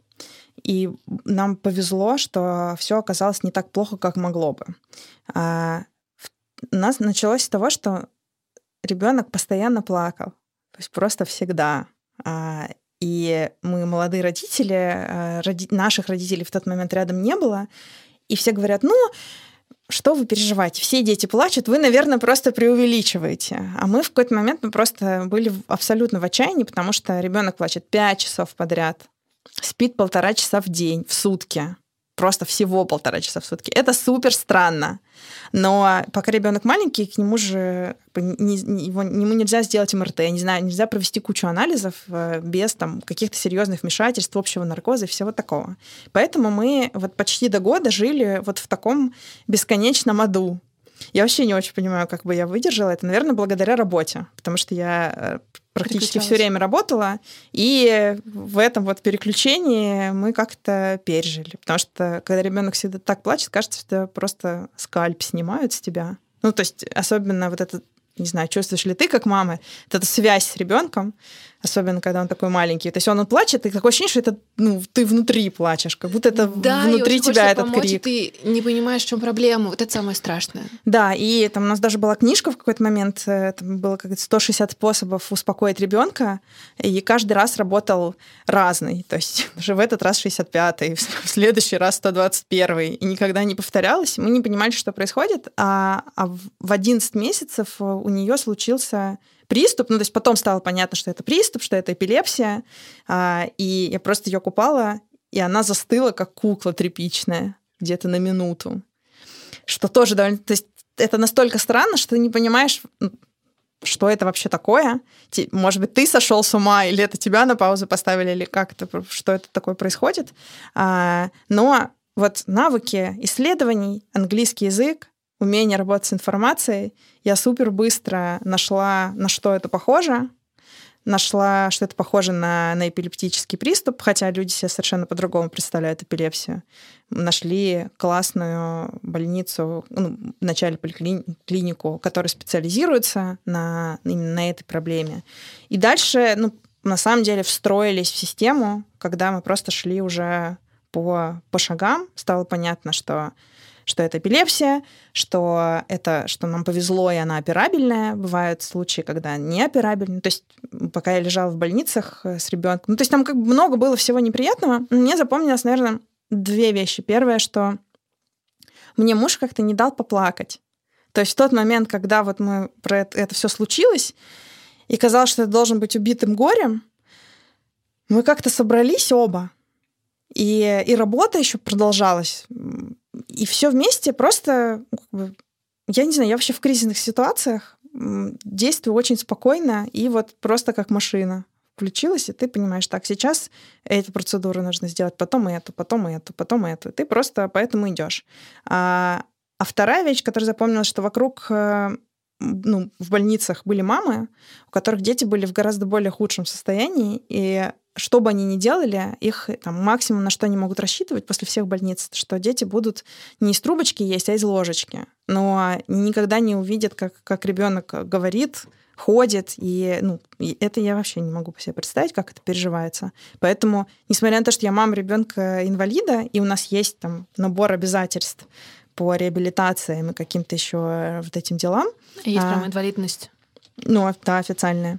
и нам повезло, что все оказалось не так плохо, как могло бы. А, у нас началось с того, что ребенок постоянно плакал, то есть просто всегда. А, и мы молодые родители, роди... наших родителей в тот момент рядом не было, и все говорят, ну, что вы переживаете? Все дети плачут, вы, наверное, просто преувеличиваете. А мы в какой-то момент мы просто были абсолютно в отчаянии, потому что ребенок плачет пять часов подряд, спит полтора часа в день, в сутки. Просто всего полтора часа в сутки. Это супер странно. Но пока ребенок маленький, к нему же не, его, ему нельзя сделать эм эр тэ, не знаю, нельзя провести кучу анализов без там, каких-то серьезных вмешательств, общего наркоза и всего такого. Поэтому мы вот почти до года жили вот в таком бесконечном аду. Я вообще не очень понимаю, как бы я выдержала это. Наверное, благодаря работе, потому что я практически все время работала, и в этом вот переключении мы как-то пережили. Потому что, когда ребенок всегда так плачет, кажется, что просто скальп снимают с тебя. Ну, то есть, особенно вот это, не знаю, чувствуешь ли ты, как мама, вот эта связь с ребенком, особенно когда он такой маленький. То есть он, он плачет, и такое ощущение, что это, ну, ты внутри плачешь, как будто это да, внутри тебя этот помочь, крик. И ты не понимаешь, в чем проблема. Вот это самое страшное. Да, и там у нас даже была книжка в какой-то момент, там было как сто шестьдесят способов успокоить ребенка, и каждый раз работал разный. То есть уже в этот раз шестьдесят пятый, в следующий раз сто двадцать первый, и никогда не повторялось. Мы не понимали, что происходит, а, а в одиннадцать месяцев у нее случился приступ, ну, то есть потом стало понятно, что это приступ, что это эпилепсия, и я просто ее купала, и она застыла, как кукла тряпичная, где-то на минуту. Что тоже довольно... То есть это настолько странно, что ты не понимаешь, что это вообще такое. Может быть, ты сошел с ума, или это тебя на паузу поставили, или как это, что это такое происходит. Но вот навыки исследований, английский язык, умение работать с информацией, я супер быстро нашла, на что это похоже, нашла, что это похоже на, на эпилептический приступ, хотя люди себе совершенно по-другому представляют эпилепсию. Нашли классную больницу, ну, вначале поликлинику, которая специализируется на, именно на этой проблеме. И дальше, ну, на самом деле, встроились в систему, когда мы просто шли уже по, по шагам, стало понятно, что что это эпилепсия, что, это, что нам повезло, и она операбельная. Бывают случаи, когда не операбельная. То есть пока я лежала в больницах с ребенком, ну, то есть там как бы много было всего неприятного. Мне запомнилось, наверное, две вещи. Первое, что мне муж как-то не дал поплакать. То есть в тот момент, когда вот мы про это, это все случилось, и казалось, что это должен быть убитым горем, мы как-то собрались оба. И, и работа еще продолжалась. И все вместе просто, как бы, я не знаю, я вообще в кризисных ситуациях действую очень спокойно и вот просто как машина. Включилась, и ты понимаешь, так, сейчас эту процедуру нужно сделать, потом эту, потом эту, потом эту. И ты просто поэтому идешь. А, а вторая вещь, которая запомнилась, что вокруг, ну, в больницах были мамы, у которых дети были в гораздо более худшем состоянии, и что бы они ни делали, их там, максимум, на что они могут рассчитывать после всех больниц, что дети будут не из трубочки есть, а из ложечки. Но никогда не увидят, как, как ребенок говорит, ходит. И, ну, и это я вообще не могу себе представить, как это переживается. Поэтому, несмотря на то, что я мама ребенка-инвалида, и у нас есть там набор обязательств по реабилитациям и каким-то еще вот этим делам. Есть а, прям инвалидность. Ну, да, официальная.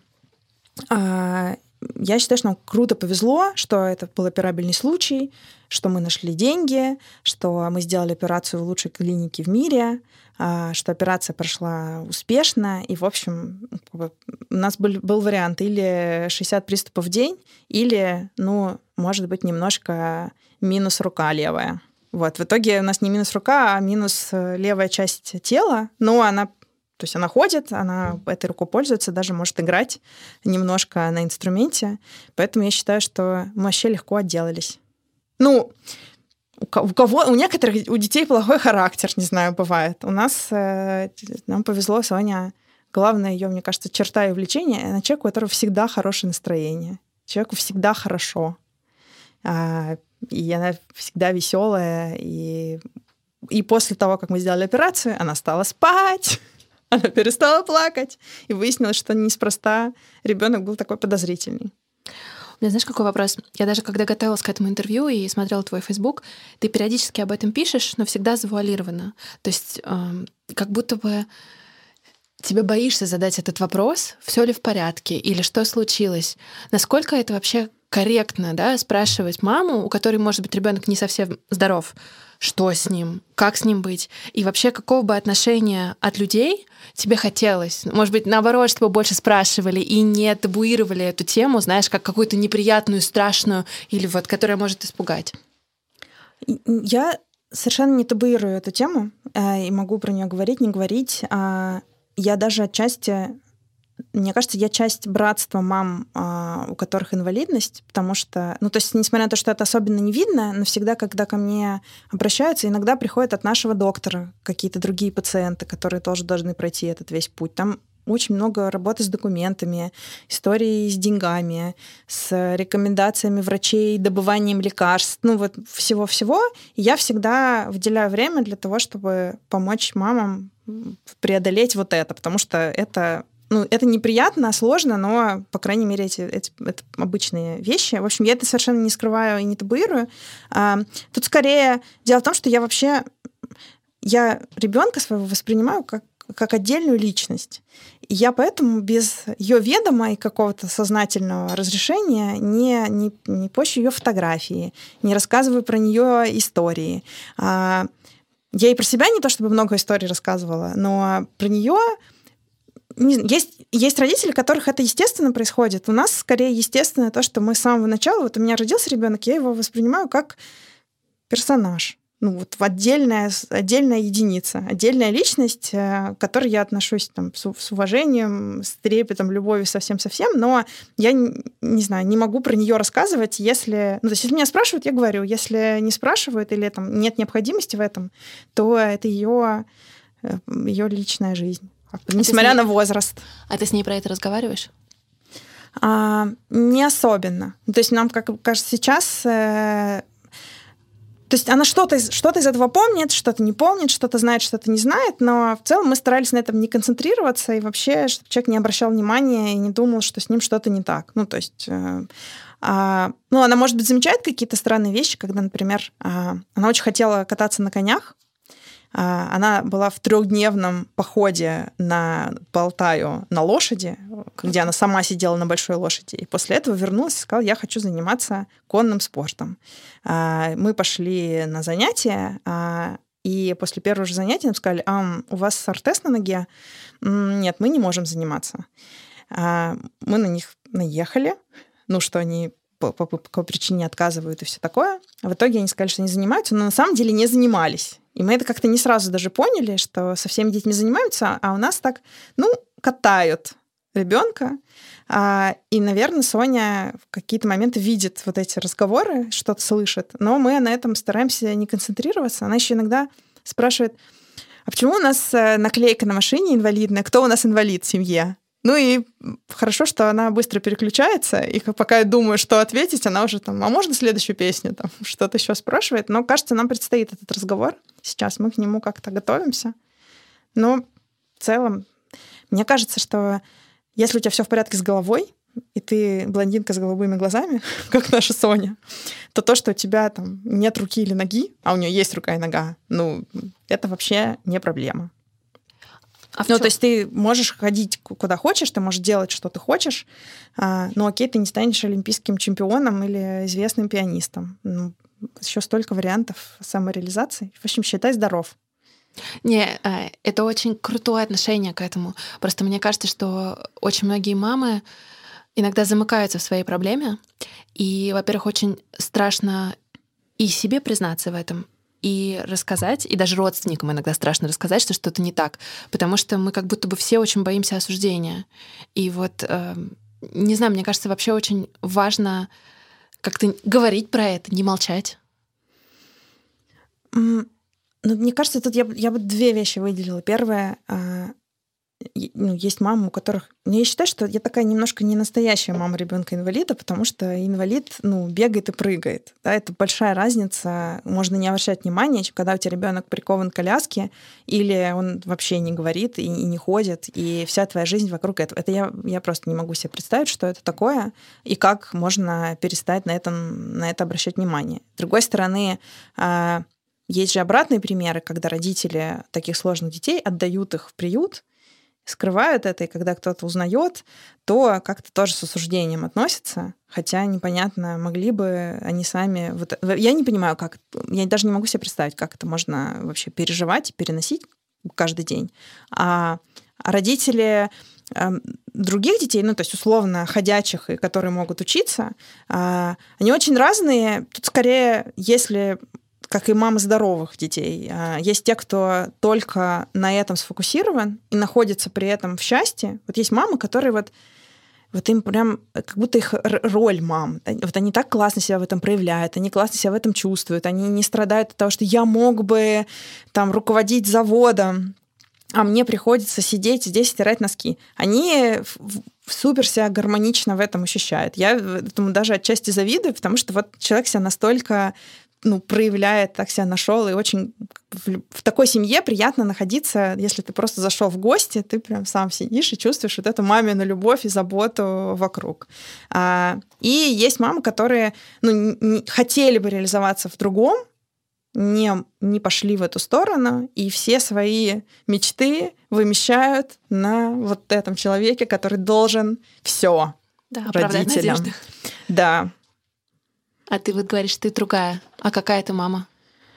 А, Я считаю, что нам круто повезло, что это был операбельный случай, что мы нашли деньги, что мы сделали операцию в лучшей клинике в мире, что операция прошла успешно. И, в общем, у нас был, был вариант или шестьдесят приступов в день, или, ну, может быть, немножко минус рука левая. Вот, в итоге у нас не минус рука, а минус левая часть тела, но она, то есть она ходит, она этой рукой пользуется, даже может играть немножко на инструменте, поэтому я считаю, что мы вообще легко отделались. Ну, у кого, у некоторых, у детей плохой характер, не знаю, бывает. У нас, нам повезло, Соня, главная ее, мне кажется, черта и увлечение, она человек, у которого всегда хорошее настроение, человеку всегда хорошо. И она всегда веселая. И, и после того, как мы сделали операцию, она стала спать, она перестала плакать. И выяснилось, что неспроста ребенок был такой подозрительный. У меня, знаешь, какой вопрос? Я даже когда готовилась к этому интервью и смотрела твой Facebook, ты периодически об этом пишешь, но всегда завуалированно. То есть э, как будто бы тебе боишься задать этот вопрос, все ли в порядке или что случилось. Насколько это вообще корректно, да, спрашивать маму, у которой, может быть, ребенок не совсем здоров, что с ним, как с ним быть, и вообще какого бы отношения от людей тебе хотелось. Может быть, наоборот, чтобы больше спрашивали и не табуировали эту тему, знаешь, как какую-то неприятную, страшную, или вот, которая может испугать. Я совершенно не табуирую эту тему, и могу про нее говорить, не говорить. Я даже отчасти... Мне кажется, я часть братства мам, у которых инвалидность, потому что, ну, то есть, несмотря на то, что это особенно не видно, но всегда, когда ко мне обращаются, иногда приходят от нашего доктора какие-то другие пациенты, которые тоже должны пройти этот весь путь. Там очень много работы с документами, истории с деньгами, с рекомендациями врачей, добыванием лекарств, ну, вот всего-всего. И я всегда выделяю время для того, чтобы помочь мамам преодолеть вот это, потому что это... Ну, это неприятно, сложно, но, по крайней мере, эти, эти, это обычные вещи. В общем, я это совершенно не скрываю и не табуирую. А, тут скорее дело в том, что я вообще... Я ребенка своего воспринимаю как, как отдельную личность. И я поэтому без ее ведома и какого-то сознательного разрешения не, не, не пощу ее фотографии, не рассказываю про нее истории. А, я и про себя не то чтобы много историй рассказывала, но про нее... Есть, есть родители, у которых это естественно происходит. У нас скорее естественно то, что мы с самого начала, вот у меня родился ребенок, я его воспринимаю как персонаж. Ну, вот отдельная, отдельная единица, отдельная личность, к которой я отношусь там, с, с уважением, с трепетом, любовью совсем-совсем, но я, не знаю, не могу про нее рассказывать, если... Ну, то есть, если меня спрашивают, я говорю. Если не спрашивают или там нет необходимости в этом, то это ее, ее личная жизнь. Несмотря а ней, на возраст. А ты с ней про это разговариваешь? А, не особенно. То есть нам, как кажется, сейчас... Э, то есть она что-то, что-то из этого помнит, что-то не помнит, что-то знает, что-то не знает, но в целом мы старались на этом не концентрироваться и вообще, чтобы человек не обращал внимания и не думал, что с ним что-то не так. Ну, то есть... Э, а, ну, она, может быть, замечает какие-то странные вещи, когда, например, а, она очень хотела кататься на конях. Она была в трехдневном походе на по Алтаю на лошади, где она сама сидела на большой лошади. И после этого вернулась и сказала, я хочу заниматься конным спортом. Мы пошли на занятия, и после первого же занятия нам сказали, а, у вас ортез на ноге? Нет, мы не можем заниматься. Мы на них наехали, ну, что они по, по, по какой причине отказывают и все такое. В итоге они сказали, что они занимаются, но на самом деле не занимались. И мы это как-то не сразу даже поняли, что со всеми детьми занимаются, а у нас так, ну, катают ребенка. И, наверное, Соня в какие-то моменты видит вот эти разговоры, что-то слышит, но мы на этом стараемся не концентрироваться. Она еще иногда спрашивает, а почему у нас наклейка на машине инвалидная, кто у нас инвалид в семье? Ну и хорошо, что она быстро переключается, и пока я думаю, что ответить, она уже там, а можно следующую песню, там что-то еще спрашивает. Но, кажется, нам предстоит этот разговор сейчас, мы к нему как-то готовимся. Но в целом, мне кажется, что если у тебя все в порядке с головой, и ты блондинка с голубыми глазами, как наша Соня, то то, что у тебя там нет руки или ноги, а у нее есть рука и нога, ну, это вообще не проблема. А ну, то есть ты можешь ходить куда хочешь, ты можешь делать, что ты хочешь, но окей, ты не станешь олимпийским чемпионом или известным пианистом. Ну, еще столько вариантов самореализации. В общем, считай здоров. Не, это очень крутое отношение к этому. Просто мне кажется, что очень многие мамы иногда замыкаются в своей проблеме, и, во-первых, очень страшно и себе признаться в этом, и рассказать, и даже родственникам иногда страшно рассказать, что что-то не так, потому что мы как будто бы все очень боимся осуждения. И вот, э, не знаю, мне кажется, вообще очень важно как-то говорить про это, не молчать. Mm, ну, мне кажется, тут я, я бы две вещи выделила. Первое, э, ну, есть мамы, у которых... Я считаю, что я такая немножко не настоящая мама ребенка-инвалида, потому что инвалид, ну, бегает и прыгает. Да, это большая разница. Можно не обращать внимания, когда у тебя ребенок прикован к коляске, или он вообще не говорит и, и не ходит, и вся твоя жизнь вокруг этого. Это я, я просто не могу себе представить, что это такое, и как можно перестать на, этом, на это обращать внимание. С другой стороны, есть же обратные примеры, когда родители таких сложных детей отдают их в приют, скрывают это, и когда кто-то узнает, то как-то тоже с осуждением относятся, хотя непонятно, могли бы они сами... Вот, я не понимаю, как... Я даже не могу себе представить, как это можно вообще переживать и переносить каждый день. А родители других детей, ну, то есть условно ходячих, и которые могут учиться, они очень разные. Тут скорее, если... как и мамы здоровых детей. Есть те, кто только на этом сфокусирован и находится при этом в счастье. Вот есть мамы, которые вот, вот им прям как будто их роль мам. Вот они так классно себя в этом проявляют, они классно себя в этом чувствуют, они не страдают от того, что я мог бы там руководить заводом, а мне приходится сидеть здесь стирать носки. Они супер себя гармонично в этом ощущают. Я этому даже отчасти завидую, потому что вот человек себя настолько... ну, проявляет, так себя нашел, и очень в, в такой семье приятно находиться, если ты просто зашел в гости, ты прям сам сидишь и чувствуешь вот эту мамину любовь и заботу вокруг. А, и есть мамы, которые ну, не, хотели бы реализоваться в другом, не, не пошли в эту сторону, и все свои мечты вымещают на вот этом человеке, который должен все да, родителям. Да. А ты вот говоришь, ты другая. А какая ты мама?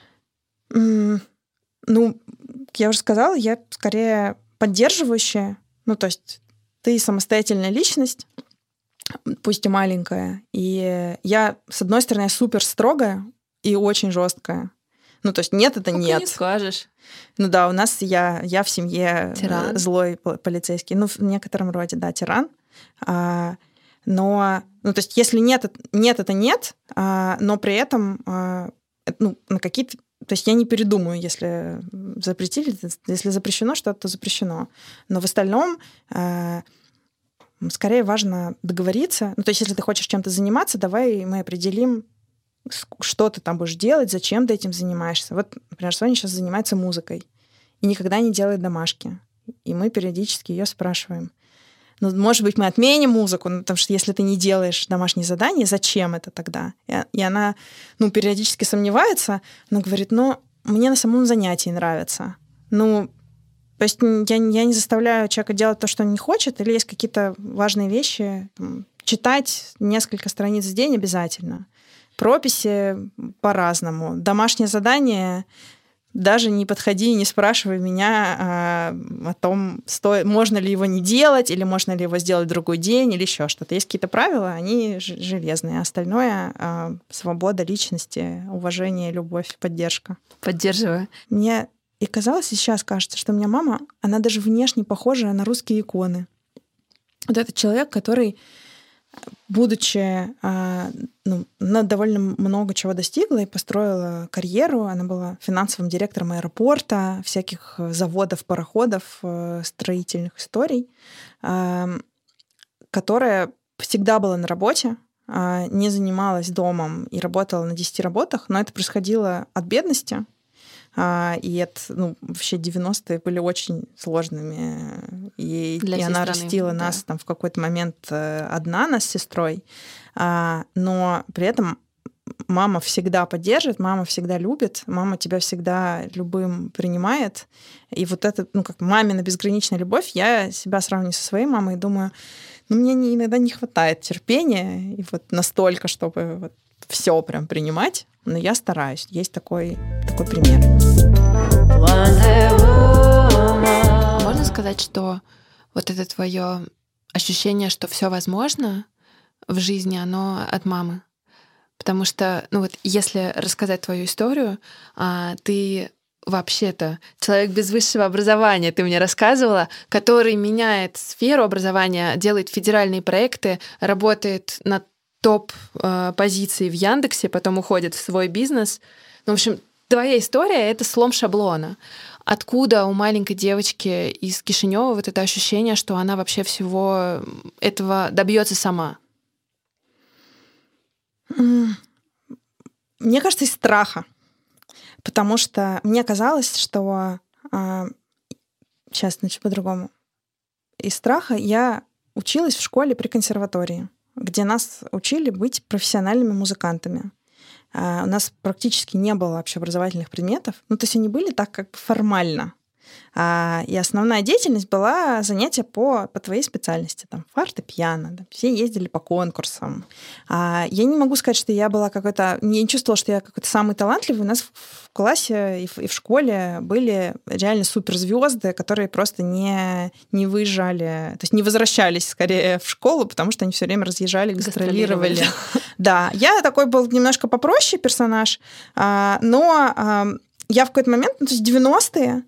Mm, ну, я уже сказала, я скорее поддерживающая. Ну, то есть ты самостоятельная личность, пусть и маленькая. И я, с одной стороны, супер строгая и очень жесткая. Ну, то есть нет, это Пока нет. Не скажешь. Ну да, у нас я, я в семье тиран. Злой полицейский. Ну, в некотором роде, да, тиран. А, но, ну, то есть если нет, нет, это нет, а, но при этом а, ну, на какие-то... То есть я не передумаю, если запретили, если запрещено что-то, то запрещено. Но в остальном а, скорее важно договориться. Ну, то есть если ты хочешь чем-то заниматься, давай мы определим, что ты там будешь делать, зачем ты этим занимаешься. Вот, например, Соня сейчас занимается музыкой и никогда не делает домашки. И мы периодически ее спрашиваем. Ну, может быть, мы отменим музыку, ну, потому что если ты не делаешь домашние задания, зачем это тогда? И, и она, ну, периодически сомневается, но говорит, ну, мне на самом занятии нравится. Ну, то есть я, я не заставляю человека делать то, что он не хочет, или есть какие-то важные вещи. Там, читать несколько страниц в день обязательно. Прописи по-разному. Домашнее задание даже не подходи и не спрашивай меня а, о том, сто... можно ли его не делать, или можно ли его сделать в другой день, или еще что-то. Есть какие-то правила, они железные. Остальное а, свобода личности, уважение, любовь, поддержка. Поддерживаю. Мне и казалось, и сейчас кажется, что у меня мама, она даже внешне похожа на русские иконы. Вот этот человек, который, будучи, ну, она довольно много чего достигла и построила карьеру. Она была финансовым директором аэропорта, всяких заводов, пароходов, строительных историй, которая всегда была на работе, не занималась домом и работала на десяти работах, но это происходило от бедности. И это, ну, вообще девяностые были очень сложными. И, и она страны, растила да. нас там в какой-то момент одна, нас с сестрой. Но при этом мама всегда поддержит, мама всегда любит, мама тебя всегда любым принимает. И вот это, ну, как мамина безграничная любовь, я себя сравниваю со своей мамой и думаю, ну, мне не, иногда не хватает терпения и вот настолько, чтобы вот все прям принимать, но я стараюсь. Есть такой, такой пример. Можно сказать, что вот это твое ощущение, что все возможно в жизни, оно от мамы? Потому что, ну вот, если рассказать твою историю, ты вообще-то человек без высшего образования, ты мне рассказывала, который меняет сферу образования, делает федеральные проекты, работает на топ-позиции в Яндексе, потом уходит в свой бизнес. Ну, в общем, твоя история — это слом шаблона. Откуда у маленькой девочки из Кишинева вот это ощущение, что она вообще всего этого добьется сама? Мне кажется, из страха. Потому что мне казалось, что... А, сейчас, значит, по-другому. Из страха я училась в школе при консерватории, где нас учили быть профессиональными музыкантами. А, у нас практически не было общеобразовательных предметов. Ну, то есть они были так как бы формально. А, и основная деятельность была занятия по, по твоей специальности. Там, фортепиано. Да, все ездили по конкурсам. А, я не могу сказать, что я была какой-то... Я не чувствовала, что я какой-то самый талантливый. У нас в классе и в, и в школе были реально суперзвезды, которые просто не, не выезжали, то есть не возвращались скорее в школу, потому что они все время разъезжали, гастролировали. гастролировали. Да, я такой был немножко попроще персонаж, но я в какой-то момент, ну, то есть девяностые,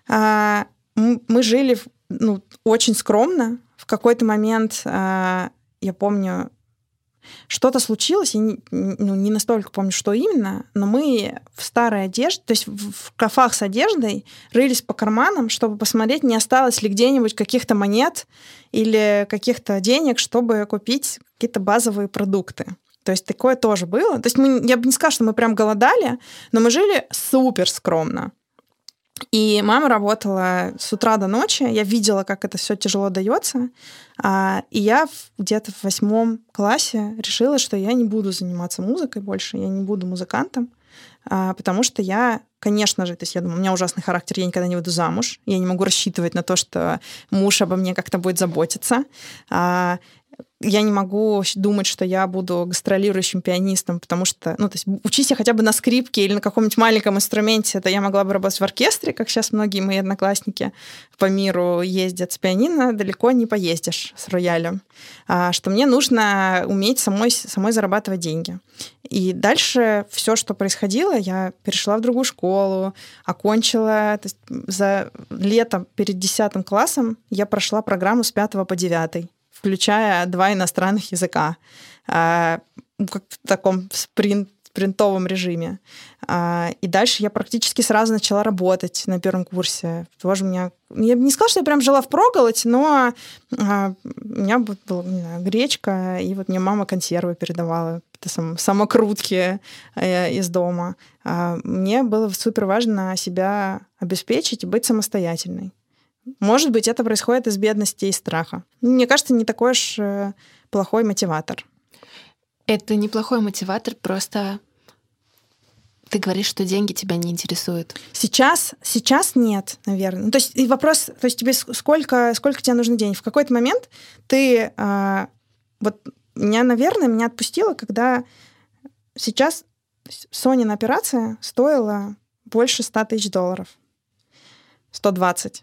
мы жили ну, очень скромно. В какой-то момент, я помню, что-то случилось, я не, ну, не настолько помню, что именно, но мы в старой одежде, то есть в шкафах с одеждой рылись по карманам, чтобы посмотреть, не осталось ли где-нибудь каких-то монет или каких-то денег, чтобы купить какие-то базовые продукты. То есть такое тоже было. То есть мы, я бы не сказала, что мы прям голодали, но мы жили супер скромно. И мама работала с утра до ночи, я видела, как это все тяжело дается, и я где-то в восьмом классе решила, что я не буду заниматься музыкой больше, я не буду музыкантом, потому что я, конечно же, то есть я думаю, у меня ужасный характер, я никогда не выйду замуж, я не могу рассчитывать на то, что муж обо мне как-то будет заботиться. Я не могу думать, что я буду гастролирующим пианистом, потому что, ну, то есть учись я хотя бы на скрипке или на каком-нибудь маленьком инструменте, то я могла бы работать в оркестре, как сейчас многие мои одноклассники по миру ездят с пианино, далеко не поездишь с роялем. А, что мне нужно уметь самой, самой зарабатывать деньги. И дальше все, что происходило, я перешла в другую школу, окончила, то есть за лето перед десятым классом я прошла программу с пятого по девятый, включая два иностранных языка, как в таком спринт, спринтовом режиме. И дальше я практически сразу начала работать на первом курсе. Тоже у меня... Я бы не сказала, что я прям жила впроголодь, но у меня была, не знаю, гречка, и вот мне мама консервы передавала, самокрутки из дома. Мне было супер важно себя обеспечить и быть самостоятельной. Может быть, это происходит из бедности и страха. Мне кажется, не такой уж плохой мотиватор. Это неплохой мотиватор, просто ты говоришь, что деньги тебя не интересуют. Сейчас, сейчас нет, наверное. Ну, то есть и вопрос, то есть тебе сколько, сколько тебе нужно денег? В какой-то момент ты... А, вот меня, наверное, меня отпустило, когда сейчас Сонина операция стоила больше ста тысяч долларов. сто двадцать.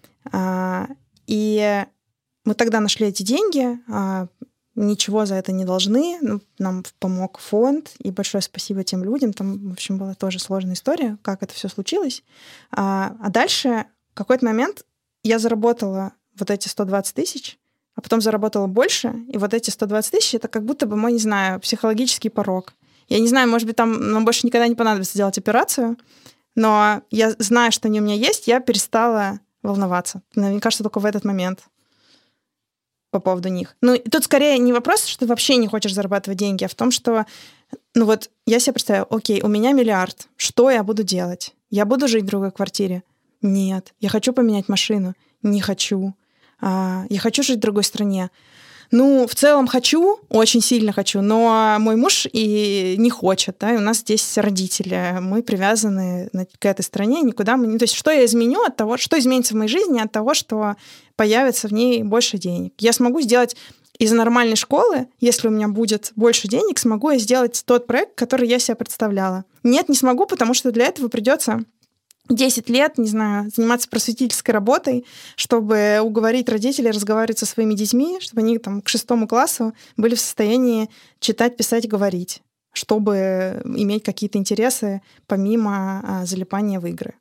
И мы тогда нашли эти деньги, ничего за это не должны. Нам помог фонд, и большое спасибо тем людям. Там, в общем, была тоже сложная история, как это все случилось. А дальше в какой-то момент я заработала вот эти сто двадцать тысяч, а потом заработала больше, и вот эти сто двадцать тысяч — это как будто бы мой, не знаю, психологический порог. Я не знаю, может быть, там нам больше никогда не понадобится делать операцию, но я знаю, что они у меня есть, я перестала волноваться. Мне кажется, только в этот момент по поводу них. Ну, тут скорее не вопрос, что ты вообще не хочешь зарабатывать деньги, а в том, что, ну вот, я себе представляю, окей, у меня миллиард, что я буду делать? Я буду жить в другой квартире? Нет. Я хочу поменять машину? Не хочу. А, я хочу жить в другой стране? Ну, в целом хочу, очень сильно хочу, но мой муж и не хочет, да, и у нас здесь родители, мы привязаны к этой стране, никуда мы не... То есть что я изменю от того, что изменится в моей жизни от того, что появится в ней больше денег? Я смогу сделать из нормальной школы, если у меня будет больше денег, смогу я сделать тот проект, который я себе представляла. Нет, не смогу, потому что для этого придется десять лет, не знаю, заниматься просветительской работой, чтобы уговорить родителей разговаривать со своими детьми, чтобы они там к шестому классу были в состоянии читать, писать, говорить. чтобы иметь какие-то интересы помимо залипания в игры.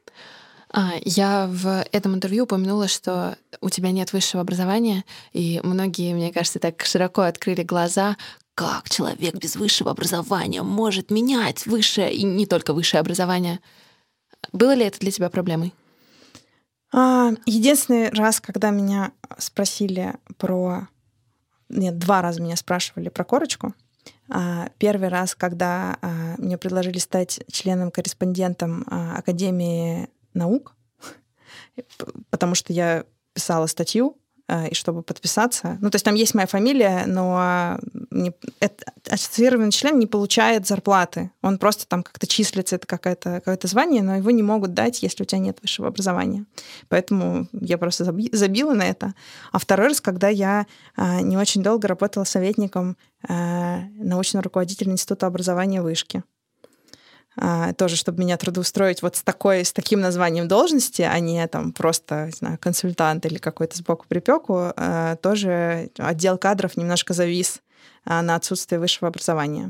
Я в этом интервью упомянула, что у тебя нет высшего образования, и многие, мне кажется, так широко открыли глаза, как человек без высшего образования может менять высшее и не только высшее образование. Было ли это для тебя проблемой? Единственный раз, когда меня спросили про... Нет, два раза меня спрашивали про корочку. Первый раз, когда мне предложили стать членом-корреспондентом Академии наук, потому что я писала статью, и чтобы подписаться... Ну, то есть там есть моя фамилия, но не, это, ассоциированный член не получает зарплаты. Он просто там как-то числится, это какое-то, какое-то звание, но его не могут дать, если у тебя нет высшего образования. Поэтому я просто заби, забила на это. А второй раз, когда я не очень долго работала советником научного руководителя Института образования Вышки. Тоже, чтобы меня трудоустроить вот с, такой, с таким названием должности, а не там просто, не знаю, консультант или какой-то сбоку припеку, тоже отдел кадров немножко завис на отсутствие высшего образования.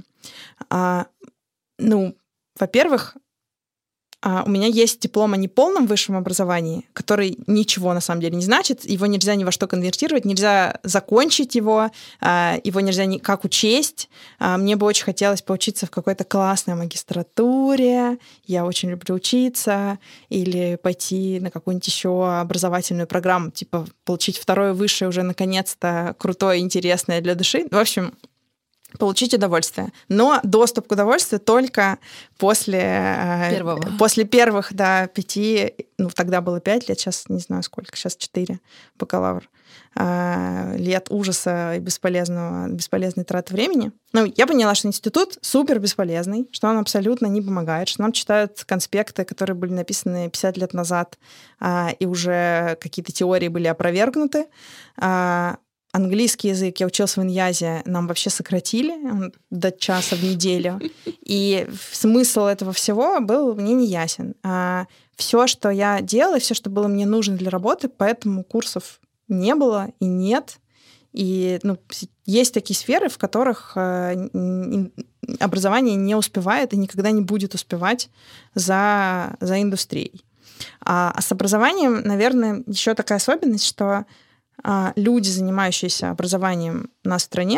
Ну, во-первых, у меня есть диплом о неполном высшем образовании, который ничего на самом деле не значит, его нельзя ни во что конвертировать, нельзя закончить его, его нельзя никак учесть. Мне бы очень хотелось поучиться в какой-то классной магистратуре, я очень люблю учиться, или пойти на какую-нибудь еще образовательную программу, типа получить второе высшее уже наконец-то крутое, интересное для души. В общем, получить удовольствие. Но доступ к удовольствию только после, Первого. после первых, да, пяти, ну, тогда было пять лет, сейчас не знаю сколько, сейчас четыре, бакалавр, лет ужаса и бесполезного, бесполезной траты времени. Ну, я поняла, что институт супер бесполезный, что он абсолютно не помогает, что нам читают конспекты, которые были написаны пятьдесят лет назад, и уже какие-то теории были опровергнуты. Английский язык, я училась в Иньязе, нам вообще сократили до часа в неделю. И смысл этого всего был мне не ясен. А все, что я делала, все, что было мне нужно для работы, поэтому курсов не было и нет. И ну, есть такие сферы, в которых образование не успевает и никогда не будет успевать за, за индустрией. А с образованием, наверное, еще такая особенность, что люди, занимающиеся образованием у нас в стране,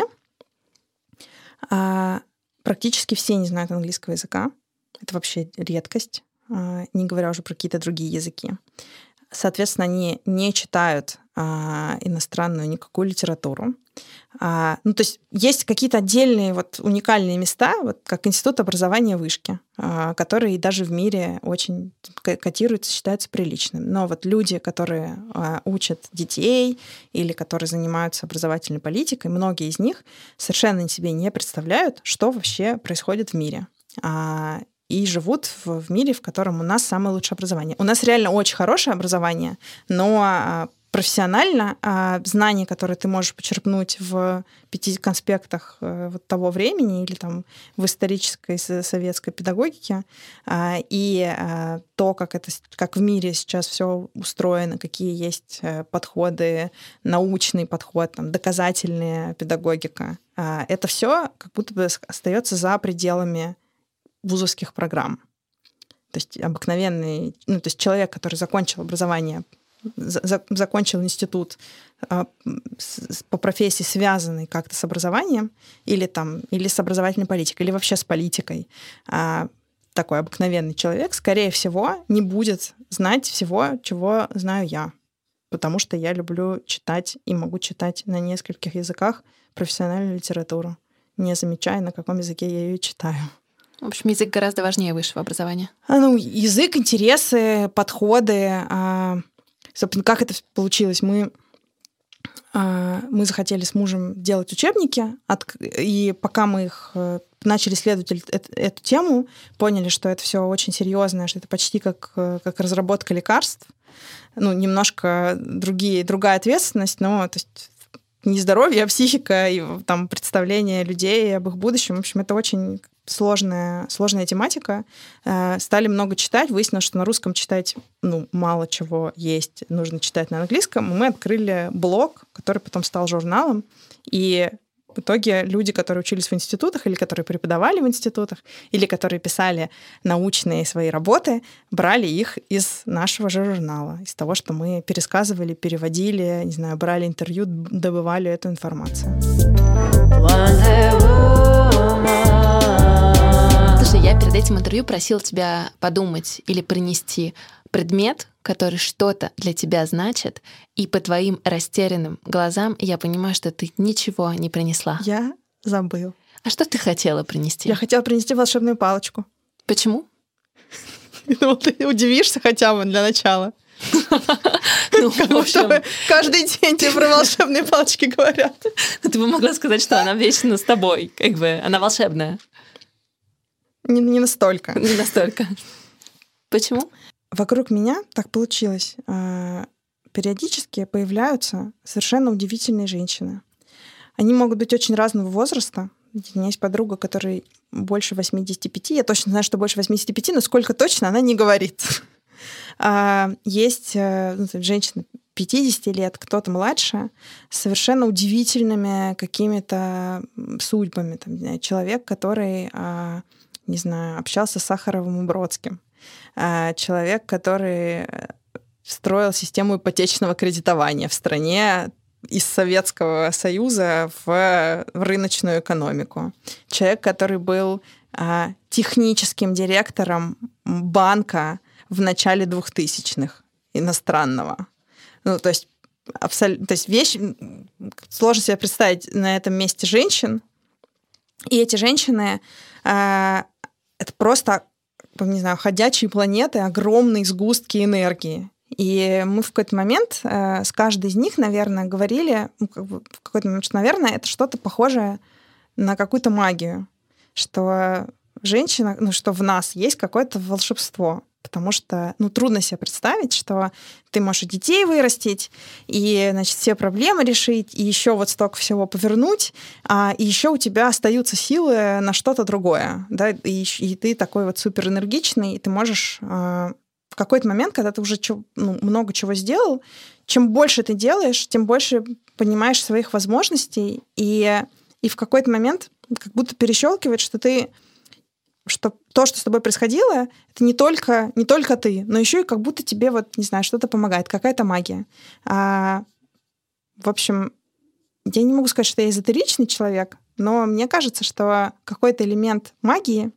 практически все не знают английского языка. Это вообще редкость, не говоря уже про какие-то другие языки. Соответственно, они не читают иностранную никакую литературу. Ну, то есть есть какие-то отдельные вот уникальные места, вот как Институт образования Вышки, которые даже в мире очень котируются, считаются приличным. Но вот люди, которые учат детей или которые занимаются образовательной политикой, многие из них совершенно себе не представляют, что вообще происходит в мире. И живут в мире, в котором у нас самое лучшее образование. У нас реально очень хорошее образование, но профессионально а знания, которые ты можешь почерпнуть в пяти конспектах вот того времени или там в исторической советской педагогике, а, и а, то, как, это, как в мире сейчас все устроено, какие есть подходы, научный подход, там, доказательная педагогика, а, это все как будто бы остается за пределами вузовских программ. То есть обыкновенный, ну, то есть человек, который закончил образование, за, закончил институт а, с, по профессии, связанный как-то с образованием, или, там, или с образовательной политикой, или вообще с политикой, а, такой обыкновенный человек, скорее всего, не будет знать всего, чего знаю я. Потому что я люблю читать и могу читать на нескольких языках профессиональную литературу, не замечая, на каком языке я ее читаю. В общем, язык гораздо важнее высшего образования. А, ну, язык, интересы, подходы. А, собственно, как это получилось? Мы, а, мы захотели с мужем делать учебники, от, и пока мы их начали исследовать эту, эту тему, поняли, что это все очень серьезно, что это почти как, как разработка лекарств. Ну, немножко другие, другая ответственность, но то есть не здоровье, а психика и там, представление людей об их будущем. В общем, это очень сложная, сложная тематика. Стали много читать. Выяснилось, что на русском читать ну, мало чего есть. Нужно читать на английском. Мы открыли блог, который потом стал журналом. И В итоге люди, которые учились в институтах или которые преподавали в институтах, или которые писали научные свои работы, брали их из нашего же журнала, из того, что мы пересказывали, переводили, не знаю, брали интервью, добывали эту информацию. Слушай, я перед этим интервью просила тебя подумать или принести предмет, который что-то для тебя значит, и по твоим растерянным глазам я понимаю, что ты ничего не принесла. Я забыл. А что ты хотела принести? Я хотела принести волшебную палочку. Почему? Ну, ты удивишься хотя бы для начала. Ну, в общем, каждый день тебе про волшебные палочки говорят. Ты бы могла сказать, что она вечно с тобой, как бы, она волшебная. Не, не настолько. Не настолько. Почему? Вокруг меня так получилось. Периодически появляются совершенно удивительные женщины. Они могут быть очень разного возраста. У меня есть подруга, которой больше восемьдесят пять. Я точно знаю, что больше восемьдесят пять, но сколько точно, она не говорит. Есть женщины пятьдесят лет, кто-то младше, с совершенно удивительными какими-то судьбами. Там, не знаю, человек, который, не знаю, общался с Сахаровым и Бродским. Человек, который строил систему ипотечного кредитования в стране из Советского Союза в рыночную экономику. Человек, который был техническим директором банка в начале двухтысячных, иностранного. Ну, то есть, абсолютно, то есть вещь... Сложно себе представить на этом месте женщин. И эти женщины э, это просто, не знаю, ходячие планеты, огромные сгустки энергии. И мы в какой-то момент э, с каждой из них, наверное, говорили, ну, как бы в какой-то момент, что, наверное, это что-то похожее на какую-то магию, что женщина, ну, что в нас есть какое-то волшебство. Потому что, ну, трудно себе представить, что ты можешь и детей вырастить, и, значит, все проблемы решить, и еще вот столько всего повернуть, а, и еще у тебя остаются силы на что-то другое, да, и, и ты такой вот суперэнергичный, и ты можешь а, в какой-то момент, когда ты уже чё, ну, много чего сделал, чем больше ты делаешь, тем больше понимаешь своих возможностей, и, и в какой-то момент как будто перещелкивает, что ты что то, что с тобой происходило, это не только, не только ты, но еще и как будто тебе, вот, не знаю, что-то помогает, какая-то магия. А, в общем, я не могу сказать, что я эзотеричный человек, но мне кажется, что какой-то элемент магии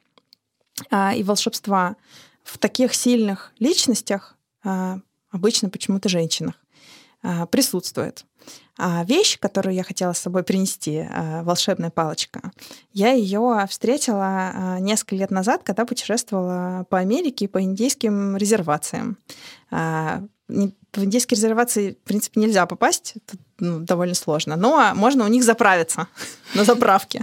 а, и волшебства в таких сильных личностях, а, обычно почему-то женщинах, а, присутствует. А вещь, которую я хотела с собой принести, волшебная палочка, я ее встретила несколько лет назад, когда путешествовала по Америке и по индейским резервациям. В индейские резервации, в принципе, нельзя попасть, это, ну, довольно сложно, но можно у них заправиться на заправке.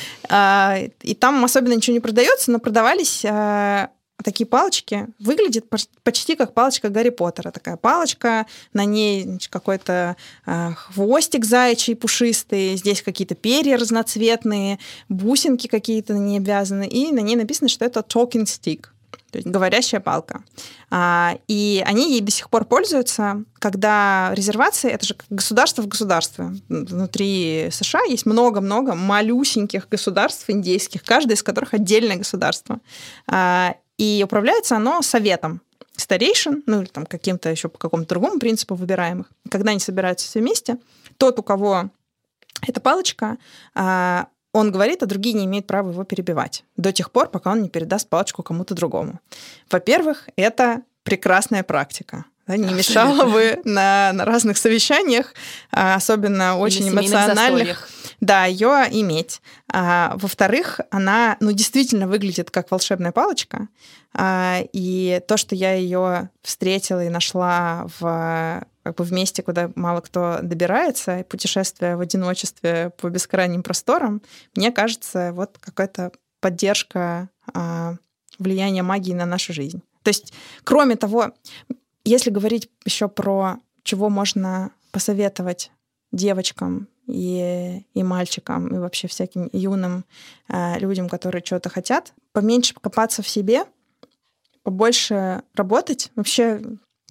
И там особенно ничего не продается, но продавались такие палочки. Выглядит почти как палочка Гарри Поттера. Такая палочка, на ней, значит, какой-то э, хвостик заячий пушистый, здесь какие-то перья разноцветные, бусинки какие-то на ней обвязаны, и на ней написано, что это talking stick, то есть говорящая палка. А, и они ей до сих пор пользуются, когда резервации — это же государство в государстве. Внутри США есть много-много малюсеньких государств индейских, каждое из которых отдельное государство. А, и управляется оно советом старейшин, ну или там каким-то еще по какому-то другому принципу выбираемых. Когда они собираются все вместе, тот, у кого эта палочка, он говорит, а другие не имеют права его перебивать до тех пор, пока он не передаст палочку кому-то другому. Во-первых, это прекрасная практика. Да, не мешало бы на, на разных совещаниях, особенно очень эмоциональных, да, ее иметь. А, во-вторых, она, ну, действительно выглядит как волшебная палочка. А, и то, что я ее встретила и нашла в, как бы в месте, куда мало кто добирается, и путешествие в одиночестве по бескрайним просторам, мне кажется, вот какая-то поддержка а, влияния магии на нашу жизнь. То есть, кроме того, если говорить еще про чего можно посоветовать девочкам и, и мальчикам, и вообще всяким юным э, людям, которые чего-то хотят, поменьше копаться в себе, побольше работать. Вообще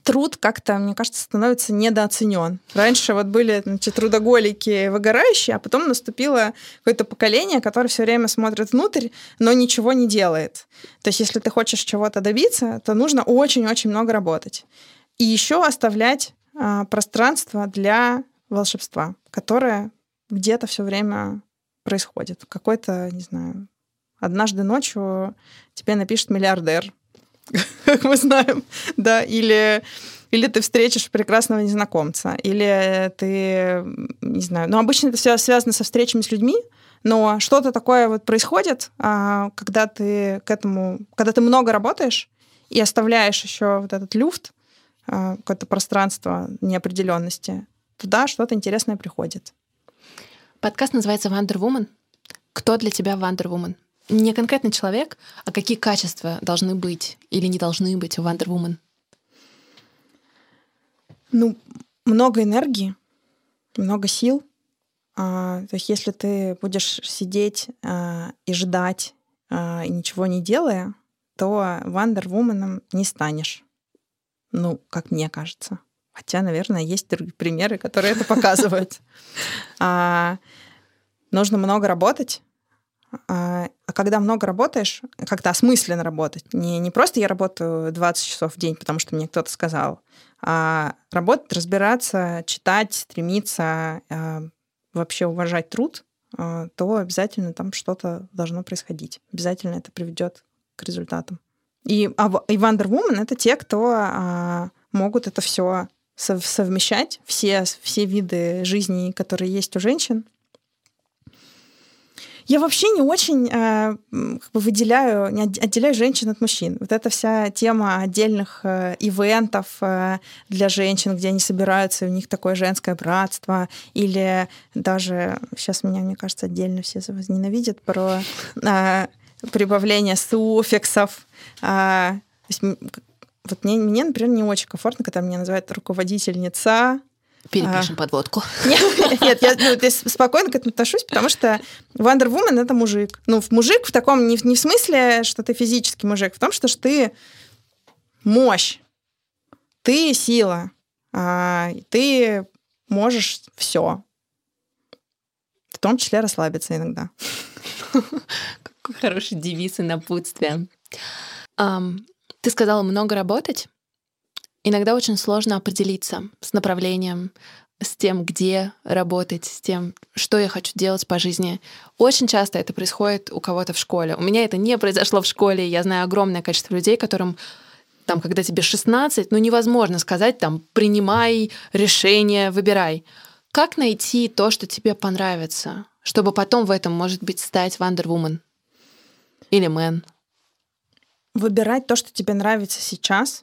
труд как-то, мне кажется, становится недооценен. Раньше вот были, значит, трудоголики выгорающие, а потом наступило какое-то поколение, которое все время смотрит внутрь, но ничего не делает. То есть если ты хочешь чего-то добиться, то нужно очень-очень много работать. И еще оставлять а, пространство для волшебства, которое где-то все время происходит. Какой-то, не знаю, однажды ночью тебе напишет миллиардер, как мы знаем, да, или, или ты встретишь прекрасного незнакомца, или ты, не знаю, ну, обычно это все связано со встречами с людьми, но что-то такое вот происходит, когда ты к этому, когда ты много работаешь и оставляешь еще вот этот люфт, какое-то пространство неопределенности, туда что-то интересное приходит. Подкаст называется Wonder Woman. Кто для тебя Wonder Woman? Не конкретный человек, а какие качества должны быть или не должны быть у Wonder Woman? Ну, много энергии, много сил. А, то есть если ты будешь сидеть а, и ждать, а, и ничего не делая, то Wonder Woman не станешь. Ну, как мне кажется. Хотя, наверное, есть другие примеры, которые это показывают. А, нужно много работать. А когда много работаешь, как-то осмысленно работать, не, не просто я работаю двадцать часов в день, потому что мне кто-то сказал, а работать, разбираться, читать, стремиться, вообще уважать труд, то обязательно там что-то должно происходить. Обязательно это приведет к результатам. И, и Wonder Woman — это те, кто могут это все совмещать, все, все виды жизни, которые есть у женщин. Я вообще не очень э, как бы выделяю, не отделяю женщин от мужчин. Вот эта вся тема отдельных э, ивентов э, для женщин, где они собираются, у них такое женское братство, или даже, сейчас меня, мне кажется, отдельно все возненавидят, про э, прибавление суффиксов. Э, то есть, вот мне, мне, например, не очень комфортно, когда меня называют руководительница. Перепишем а, подводку. Нет, нет я, ну, я спокойно к этому отношусь, потому что Wonder Woman — это мужик. Ну, мужик в таком, не, не в смысле, что ты физический мужик, в том, что ты мощь, ты сила, а, ты можешь все. В том числе расслабиться иногда. Какой хороший девиз и напутствие. Um, ты сказала много работать. Иногда очень сложно определиться с направлением, с тем, где работать, с тем, что я хочу делать по жизни. Очень часто это происходит у кого-то в школе. У меня это не произошло в школе. Я знаю огромное количество людей, которым, там, когда тебе шестнадцать, ну невозможно сказать, там, принимай решение, выбирай. Как найти то, что тебе понравится, чтобы потом в этом, может быть, стать Wonder Woman или Man? Выбирать то, что тебе нравится сейчас.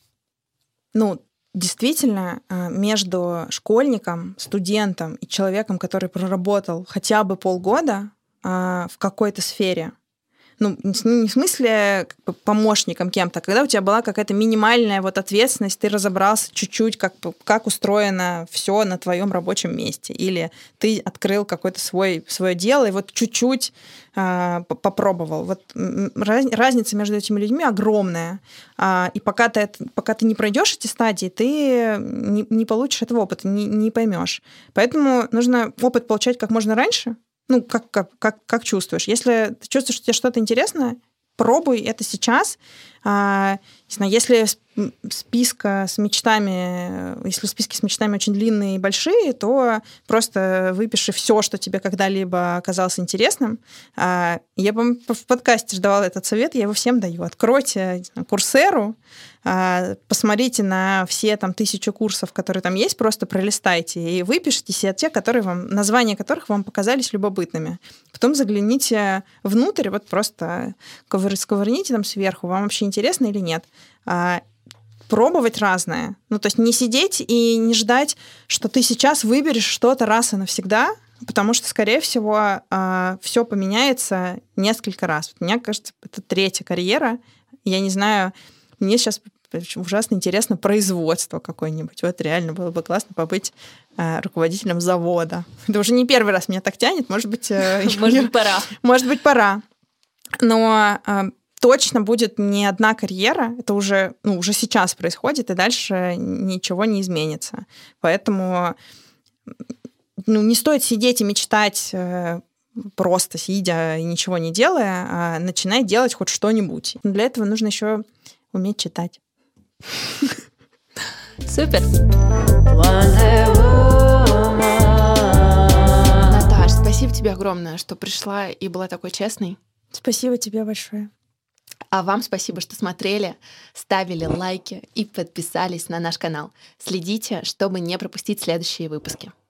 Ну, действительно, между школьником, студентом и человеком, который проработал хотя бы полгода в какой-то сфере, ну, не в смысле как бы помощником кем-то, а когда у тебя была какая-то минимальная вот ответственность, ты разобрался чуть-чуть, как, как устроено все на твоем рабочем месте, или ты открыл какое-то свой, свое дело и вот чуть-чуть а, попробовал. Вот раз, разница между этими людьми огромная. А, и пока ты, пока ты не пройдешь эти стадии, ты не, не получишь этого опыта, не, не поймешь. Поэтому нужно опыт получать как можно раньше. Ну, как, как, как, как чувствуешь. Если ты чувствуешь, что тебе что-то интересно, пробуй это сейчас. А, не знаю, если списка с мечтами, если списки с мечтами очень длинные и большие, то просто выпиши все, что тебе когда-либо оказалось интересным. А, я, по-моему, в подкасте же давала этот совет, я его всем даю. Откройте Курсеру, а, посмотрите на все там тысячу курсов, которые там есть, просто пролистайте и выпишите себе те, которые вам, названия которых вам показались любопытными. Потом загляните внутрь, вот просто сковырните там сверху, вам вообще интересно или нет. А, пробовать разное. Ну, то есть не сидеть и не ждать, что ты сейчас выберешь что-то раз и навсегда, потому что, скорее всего, все поменяется несколько раз. Мне кажется, это третья карьера. Я не знаю, мне сейчас ужасно интересно производство какое-нибудь. Вот реально было бы классно побыть руководителем завода. Это уже не первый раз меня так тянет. Может быть, может быть, пора. Может быть, пора. Но точно будет не одна карьера, это уже, ну, уже сейчас происходит, и дальше ничего не изменится. Поэтому ну, не стоит сидеть и мечтать просто сидя и ничего не делая, а начинать делать хоть что-нибудь. Но для этого нужно еще уметь читать. Супер! Наташ, спасибо тебе огромное, что пришла и была такой честной. Спасибо тебе большое. А вам спасибо, что смотрели, ставили лайки и подписались на наш канал. Следите, чтобы не пропустить следующие выпуски.